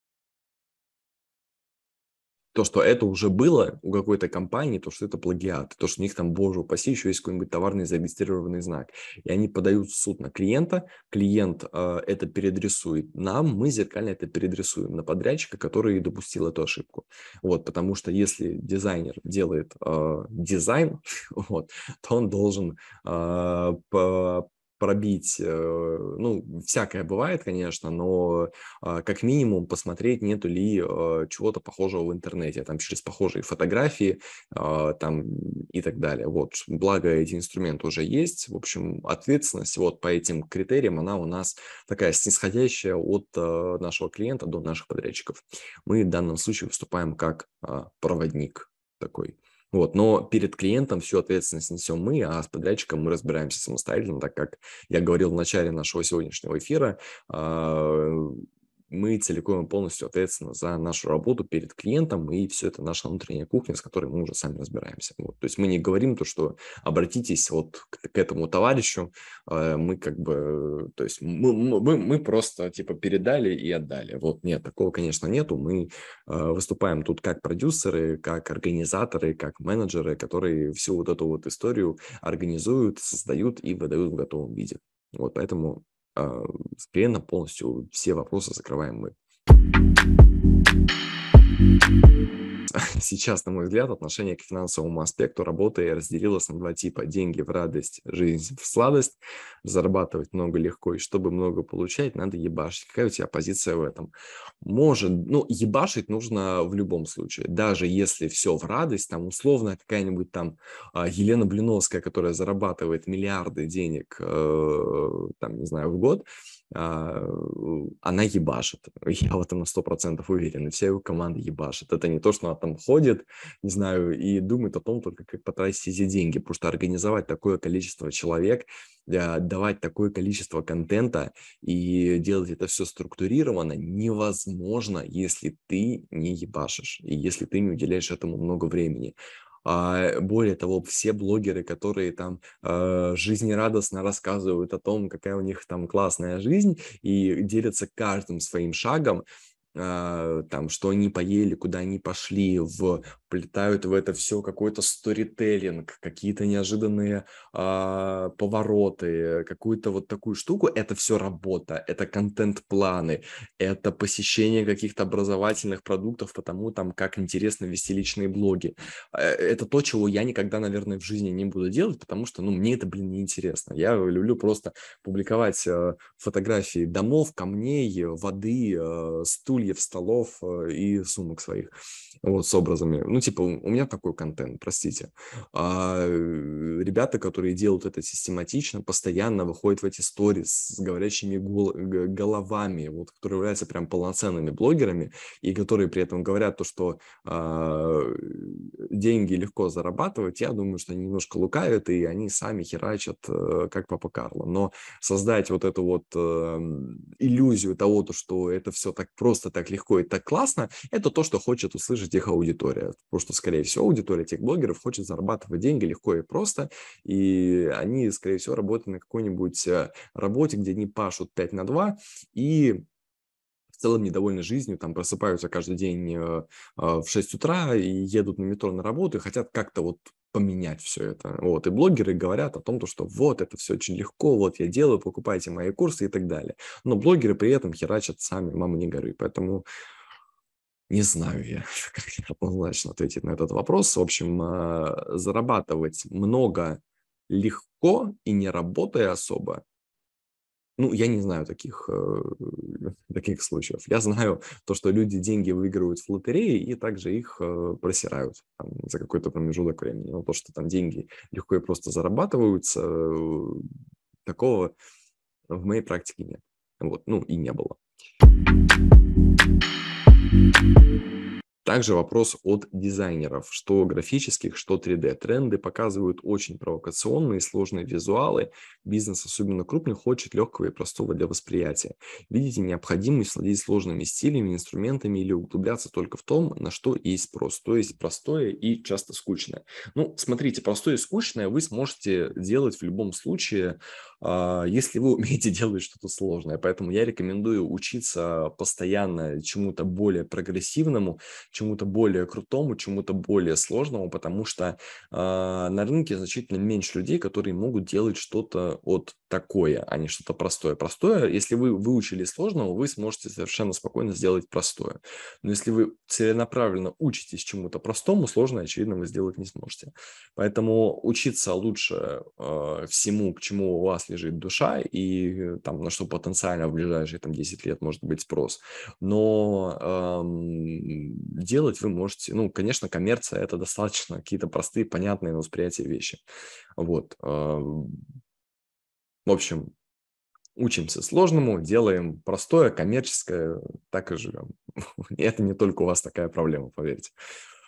то, что это уже было у какой-то компании, то, что это плагиат, то, что у них там, боже упаси, еще есть какой-нибудь товарный зарегистрированный знак. И они подают в суд на клиента, клиент э, это переадресует нам, мы зеркально это переадресуем на подрядчика, который допустил эту ошибку. Вот, потому что если дизайнер делает э, дизайн, вот, то он должен э, по пробить, э, ну, всякое бывает, конечно, но а, как минимум посмотреть, нету ли а, чего-то похожего в интернете, там через похожие фотографии а, там и так далее. Вот, благо эти инструменты уже есть. В общем, ответственность вот по этим критериям, она у нас такая снисходящая от а, нашего клиента до наших подрядчиков. Мы в данном случае выступаем как а, проводник такой. Вот, но перед клиентом всю ответственность несем мы, а с подрядчиком мы разбираемся самостоятельно, так как я говорил в начале нашего сегодняшнего эфира, а, мы целиком и полностью ответственны за нашу работу перед клиентом, и все это наша внутренняя кухня, с которой мы уже сами разбираемся. Вот. То есть мы не говорим то, что обратитесь вот к, к этому товарищу, а, мы как бы, то есть мы, мы, мы просто типа передали и отдали. Вот нет, такого, конечно, нету. Мы а, выступаем тут как продюсеры, как организаторы, как менеджеры, которые всю вот эту вот историю организуют, создают и выдают в готовом виде. Вот поэтому а, с клиентом полностью все вопросы закрываем мы. Сейчас, на мой взгляд, отношение к финансовому аспекту работы разделилось на два типа. Деньги в радость, жизнь в сладость. Зарабатывать много легко, и чтобы много получать, надо ебашить. Какая у тебя позиция в этом? Может, ну, ебашить нужно в любом случае. Даже если все в радость, там условно какая-нибудь там а, Елена Блиновская, которая зарабатывает миллиарды денег, э, там, не знаю, в год, а, она ебашит. Я в этом на сто процентов уверен. И вся его команда ебашит. Это не то, что она там ходит, не знаю, и думает о том только, как потратить эти деньги. Потому что организовать такое количество человек, э, давать такое количество контента и делать это все структурированно невозможно, если ты не ебашишь и если ты не уделяешь этому много времени. А, более того, все блогеры, которые там э, жизнерадостно рассказывают о том, какая у них там классная жизнь и делятся каждым своим шагом, а, там, что они поели, куда они пошли, вплетают в это все какой-то сторителлинг, какие-то неожиданные а, повороты, какую-то вот такую штуку. Это все работа, это контент-планы, это посещение каких-то образовательных продуктов, потому там, как интересно вести личные блоги. Э, Это то, чего я никогда, наверное, в жизни не буду делать, потому что, ну, мне это, блин, неинтересно. Я люблю просто публиковать э, фотографии домов, камней, воды, э, стульев, столов э, и сумок своих, вот, с образами. Ну, типа, у у меня такой контент, простите. А э, ребята, которые делают это систематично, постоянно выходят в эти сторис с говорящими гол- г- головами, вот, которые являются прям полноценными блогерами, и которые при этом говорят то, что а, деньги легко зарабатывать, я думаю, что они немножко лукавят, и они сами херачат, э, как Папа Карло. Но создать вот эту вот э, иллюзию того, то, что это все так просто, так легко и так классно, это то, что хочет услышать их аудитория. Потому что, скорее всего, аудитория этих блогеров хочет зарабатывать деньги легко и просто, и они, скорее всего, работают на какой-нибудь э, работе, где они пашут пять на два, и в целом недовольны жизнью, там просыпаются каждый день э, а, в шесть утра и едут на метро на работу и хотят как-то вот поменять все это. Вот. И блогеры говорят о том, то, что вот, это все очень легко, вот я делаю, покупайте мои курсы и так далее. Но блогеры при этом херачат сами, мама не горюй. Поэтому не знаю я, как однозначно ответить на этот вопрос. В общем, а, зарабатывать много легко и не работая особо, ну, я не знаю таких, э, таких случаев. Я знаю то, что люди деньги выигрывают в лотерее и также их э, просирают там, за какой-то промежуток времени. Но то, что там деньги легко и просто зарабатываются, э, такого в моей практике нет. Вот, ну и не было. Также вопрос от дизайнеров, что графических, что три дэ. Тренды показывают очень провокационные, сложные визуалы. Бизнес, особенно крупный, хочет легкого и простого для восприятия. Видите необходимость владеть сложными стилями, инструментами или углубляться только в том, на что есть спрос. То есть простое и часто скучное. Ну, смотрите, простое и скучное вы сможете делать в любом случае, а, если вы умеете делать что-то сложное. Поэтому я рекомендую учиться постоянно чему-то более прогрессивному, чему-то более крутому, чему-то более сложному, потому что э, на рынке значительно меньше людей, которые могут делать что-то вот такое, а не что-то простое. Простое, если вы выучили сложного, вы сможете совершенно спокойно сделать простое. Но если вы целенаправленно учитесь чему-то простому, сложное, очевидно, вы сделать не сможете. Поэтому учиться лучше э, всему, к чему у вас лежит душа и э, там, на что потенциально в ближайшие там, десять лет может быть спрос. Но эм, делать вы можете, ну, конечно, коммерция – это достаточно какие-то простые, понятные на восприятие вещи. Вот. эм, В общем, учимся сложному, делаем простое, коммерческое, так и живем. Это не только у вас такая проблема, поверьте.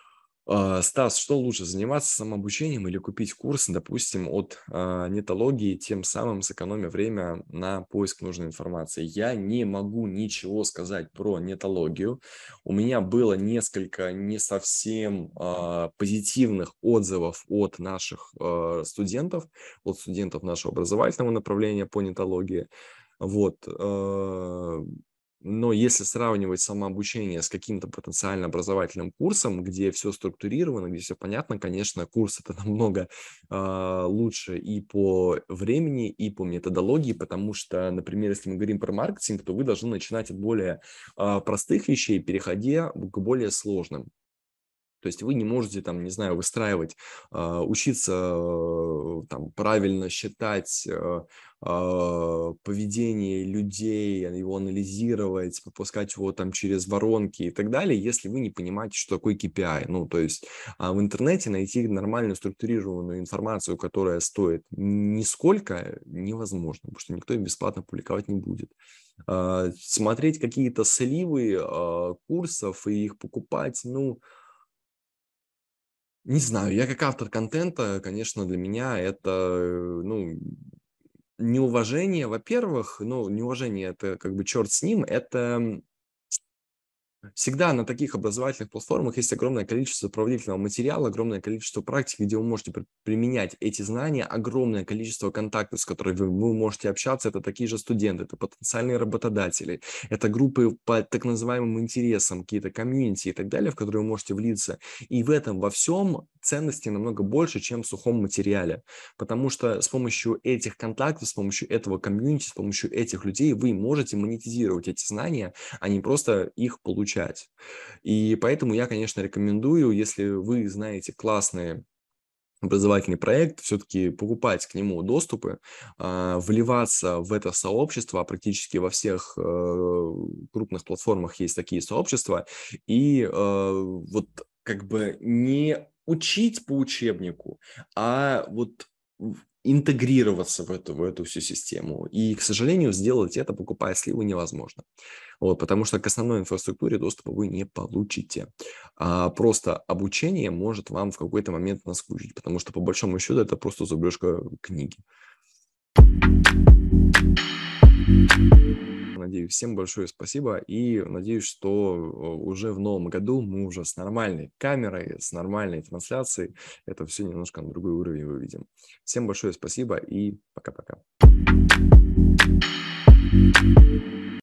А, Стас, что лучше, заниматься самообучением или купить курс, допустим, от а, нетологии, тем самым сэкономя время на поиск нужной информации? Я не могу ничего сказать про нетологию. У меня было несколько не совсем а, позитивных отзывов от наших а, студентов, от студентов нашего образовательного направления по нетологии. Вот. а, Но если сравнивать самообучение с каким-то потенциально образовательным курсом, где все структурировано, где все понятно, конечно, курс это намного а, лучше и по времени, и по методологии, потому что, например, если мы говорим про маркетинг, то вы должны начинать от более а, простых вещей, переходя к более сложным. То есть вы не можете там, не знаю, выстраивать, а, учиться э, там правильно считать э, а, поведение людей, его анализировать, пропускать его там через воронки и так далее, если вы не понимаете, что такое кей пи ай. Ну, то есть а, в интернете найти нормальную структурированную информацию, которая стоит нисколько, невозможно, потому что никто ее бесплатно публиковать не будет. А, Смотреть какие-то сливы а, курсов и их покупать, ну, не знаю, я как автор контента, конечно, для меня это, э, ну, неуважение, во-первых, ну, неуважение это как бы черт с ним, это всегда на таких образовательных платформах есть огромное количество сопроводительного материала, огромное количество практик, где вы можете при- применять эти знания, огромное количество контактов, с которыми вы, вы можете общаться. Это такие же студенты, это потенциальные работодатели, это группы по так называемым интересам, какие-то комьюнити и так далее, в которые вы можете влиться. И в этом во всем ценности намного больше, чем в сухом материале. Потому что с помощью этих контактов, с помощью этого комьюнити, с помощью этих людей вы можете монетизировать эти знания, а не просто их получать. И поэтому я, конечно, рекомендую, если вы знаете классные образовательный проект, все-таки покупать к нему доступы, а, вливаться в это сообщество, а практически во всех э, крупных платформах есть такие сообщества, и э, вот как бы не учить по учебнику, а вот в- интегрироваться в эту, в эту всю систему. И, к сожалению, сделать это, покупая сливы, невозможно. Вот, потому что к основной инфраструктуре доступа вы не получите. А просто обучение может вам в какой-то момент наскучить, потому что по большому счету это просто зубрежка книги. Надеюсь, всем большое спасибо и надеюсь, что э, уже в новом году мы уже с нормальной камерой, с нормальной трансляцией это все немножко на другой уровень выведем. Всем большое спасибо и пока-пока.